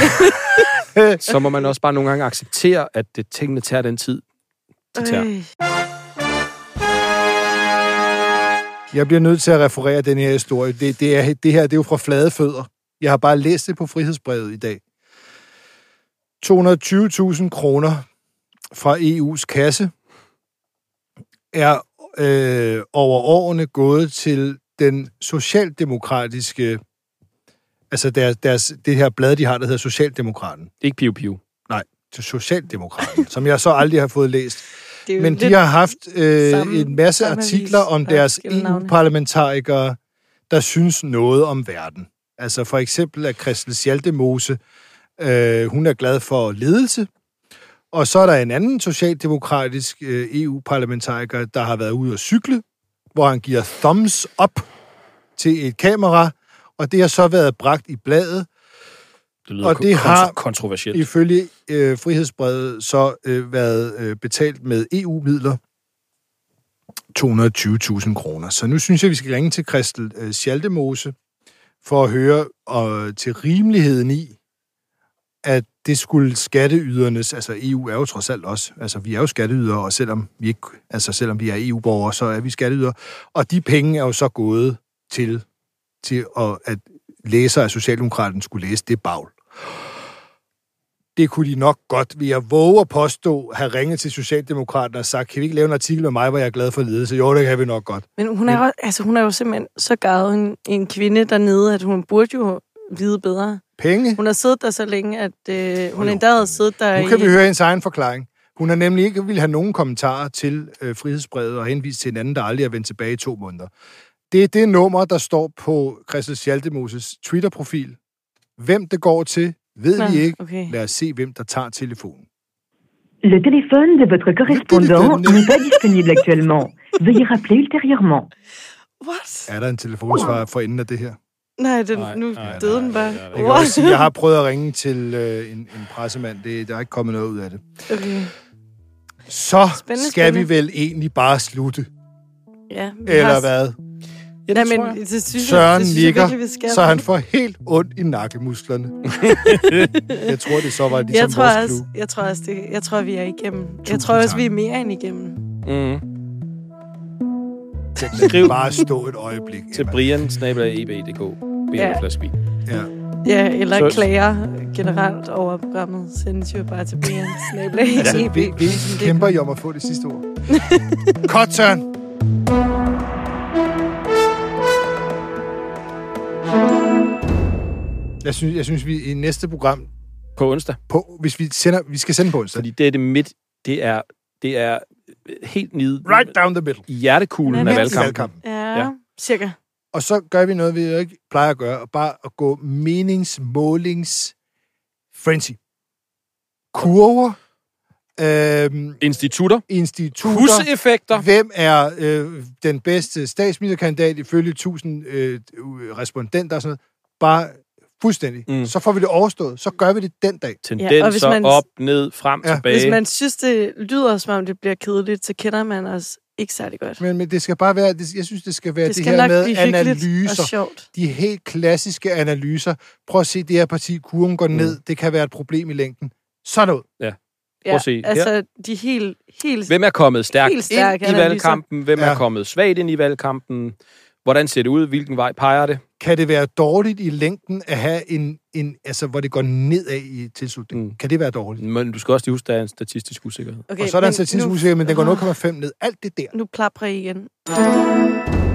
øh. så må man også bare nogle gange acceptere, at det tingene tager den tid, det tager. Jeg bliver nødt til at referere den her historie. Det, det, er, det her det er jo fra flade fødder. Jeg har bare læst det på Frihedsbrevet i dag. to hundrede og tyve tusind kroner fra E U's kasse er øh, over årene gået til den socialdemokratiske, altså deres, deres, det her blad, de har, der hedder Socialdemokraten. Ikke Piu Piu. Nej, til Socialdemokraten, som jeg så aldrig har fået læst. Men de har haft øh, samme, en masse artikler om deres E U-parlamentarikere, der synes noget om verden. Altså for eksempel at Christel Schaldemose, øh, hun er glad for ledelse, og så er der en anden socialdemokratisk øh, E U-parlamentariker, der har været ude at cykle, hvor han giver thumbs up til et kamera, og det har så været bragt i bladet. Det lyder og det har kontroversielt. Ifølge øh, Frihedsbrevet så øh, været øh, betalt med E U-midler to hundrede og tyve tusind kroner. Så nu synes jeg, vi skal ringe til Christel øh, Schaldemose for at høre øh, til rimeligheden i, at det skulle skatteydernes, altså E U er jo trods alt også, altså vi er jo skatteydere, og selvom vi ikke, altså selvom vi er E U-borgere, så er vi skatteydere, og de penge er jo så gået til, til at, at læsere af Socialdemokraten skulle læse det bagl. Det kunne de nok godt, vil jeg våge at påstå, have ringet til Socialdemokraten og sagt, kan vi ikke lave en artikel med mig, hvor jeg er glad for ledelse? Jo, det kan vi nok godt. Men hun er, jo, altså, hun er jo simpelthen så gavet en, en kvinde dernede, at hun burde jo vide bedre. Penge? Hun har siddet der så længe, at øh, hun endda havde siddet der. Nu kan i... vi høre hendes egen forklaring. Hun har nemlig ikke ville have nogen kommentarer til øh, Frihedsbrevet og henvist til en anden, der aldrig er vendt tilbage i to måneder. Det er det nummer, der står på Christel Schaldemoses Twitter-profil. Hvem det går til, ved Nå, vi ikke. Okay. Lad os se, hvem der tager telefonen. Le téléphone de votre correspondant n'est pas disponible actuellement. Veuillez rappeler ultérieurement. What? Er der en telefonsvarer for enden af det her? Nej, det, nej nu nej, døde den bare. Jeg, kan også sige, jeg har prøvet at ringe til øh, en, en pressemand. Det, der er ikke kommet noget ud af det. Okay. Så spændende, skal spændende. vi vel egentlig bare slutte. Ja, eller har... hvad? Ja, det Nej, men det synes Søren jeg, det synes nikker, jeg virkelig, så han får helt ondt i nakkemusklerne. Jeg tror, det så var ligesom jeg tror vores også, klub. Jeg tror også, det, jeg tror, vi er igennem. Tusind jeg tror også, tak. Vi er mere end igennem. Mm. Skriv bare stå et øjeblik. Til brian snabel-a e b punktum d k. Ja. Ja. Ja, eller så... klager generelt over programmet, sendes jo bare til brian snabel-a e b punktum d k. Vi kæmper jo om at få det sidste ord. Godt, Søren! Jeg synes, jeg synes vi i næste program... På onsdag? På, hvis vi sender... Vi skal sende på onsdag. Fordi det er det midt... Det er, det er helt nede... Right down the middle. I hjertekuglen af valgkampen. valgkampen. Ja, ja, cirka. Og så gør vi noget, vi jo ikke plejer at gøre, og bare at gå meningsmålings frenzy. Kurver. Øhm, institutter. Institutter. Huseffekter. Hvem er øh, den bedste statsministerkandidat ifølge tusind øh, respondenter og sådan noget. Bare fuldstændig. Mm. Så får vi det overstået. Så gør vi det den dag. Tendenser ja, man, op, ned, frem, ja. tilbage. Hvis man synes, det lyder, som om det bliver kedeligt, så kender man os ikke særlig godt. Men, men det skal bare være, det, jeg synes, det skal være det, skal det her med analyser. De helt klassiske analyser. Prøv at se, det her parti, kurven går mm. ned. Det kan være et problem i længden. Sådan noget. Ja. Prøv at se. Ja, altså, her. de helt, helt... Hvem er kommet stærkt ind analyser. i valgkampen? Hvem ja. er kommet svagt ind i valgkampen? Hvordan ser det ud? Hvilken vej peger det? Kan det være dårligt i længden at have en, en altså hvor det går nedad i tilslutningen? Mm. Kan det være dårligt? Men du skal også lige huske, at der er en statistisk usikkerhed. Okay, og så er der en statistisk nu... usikkerhed, men den går nul komma fem ned. Alt det der. Nu plapper I igen.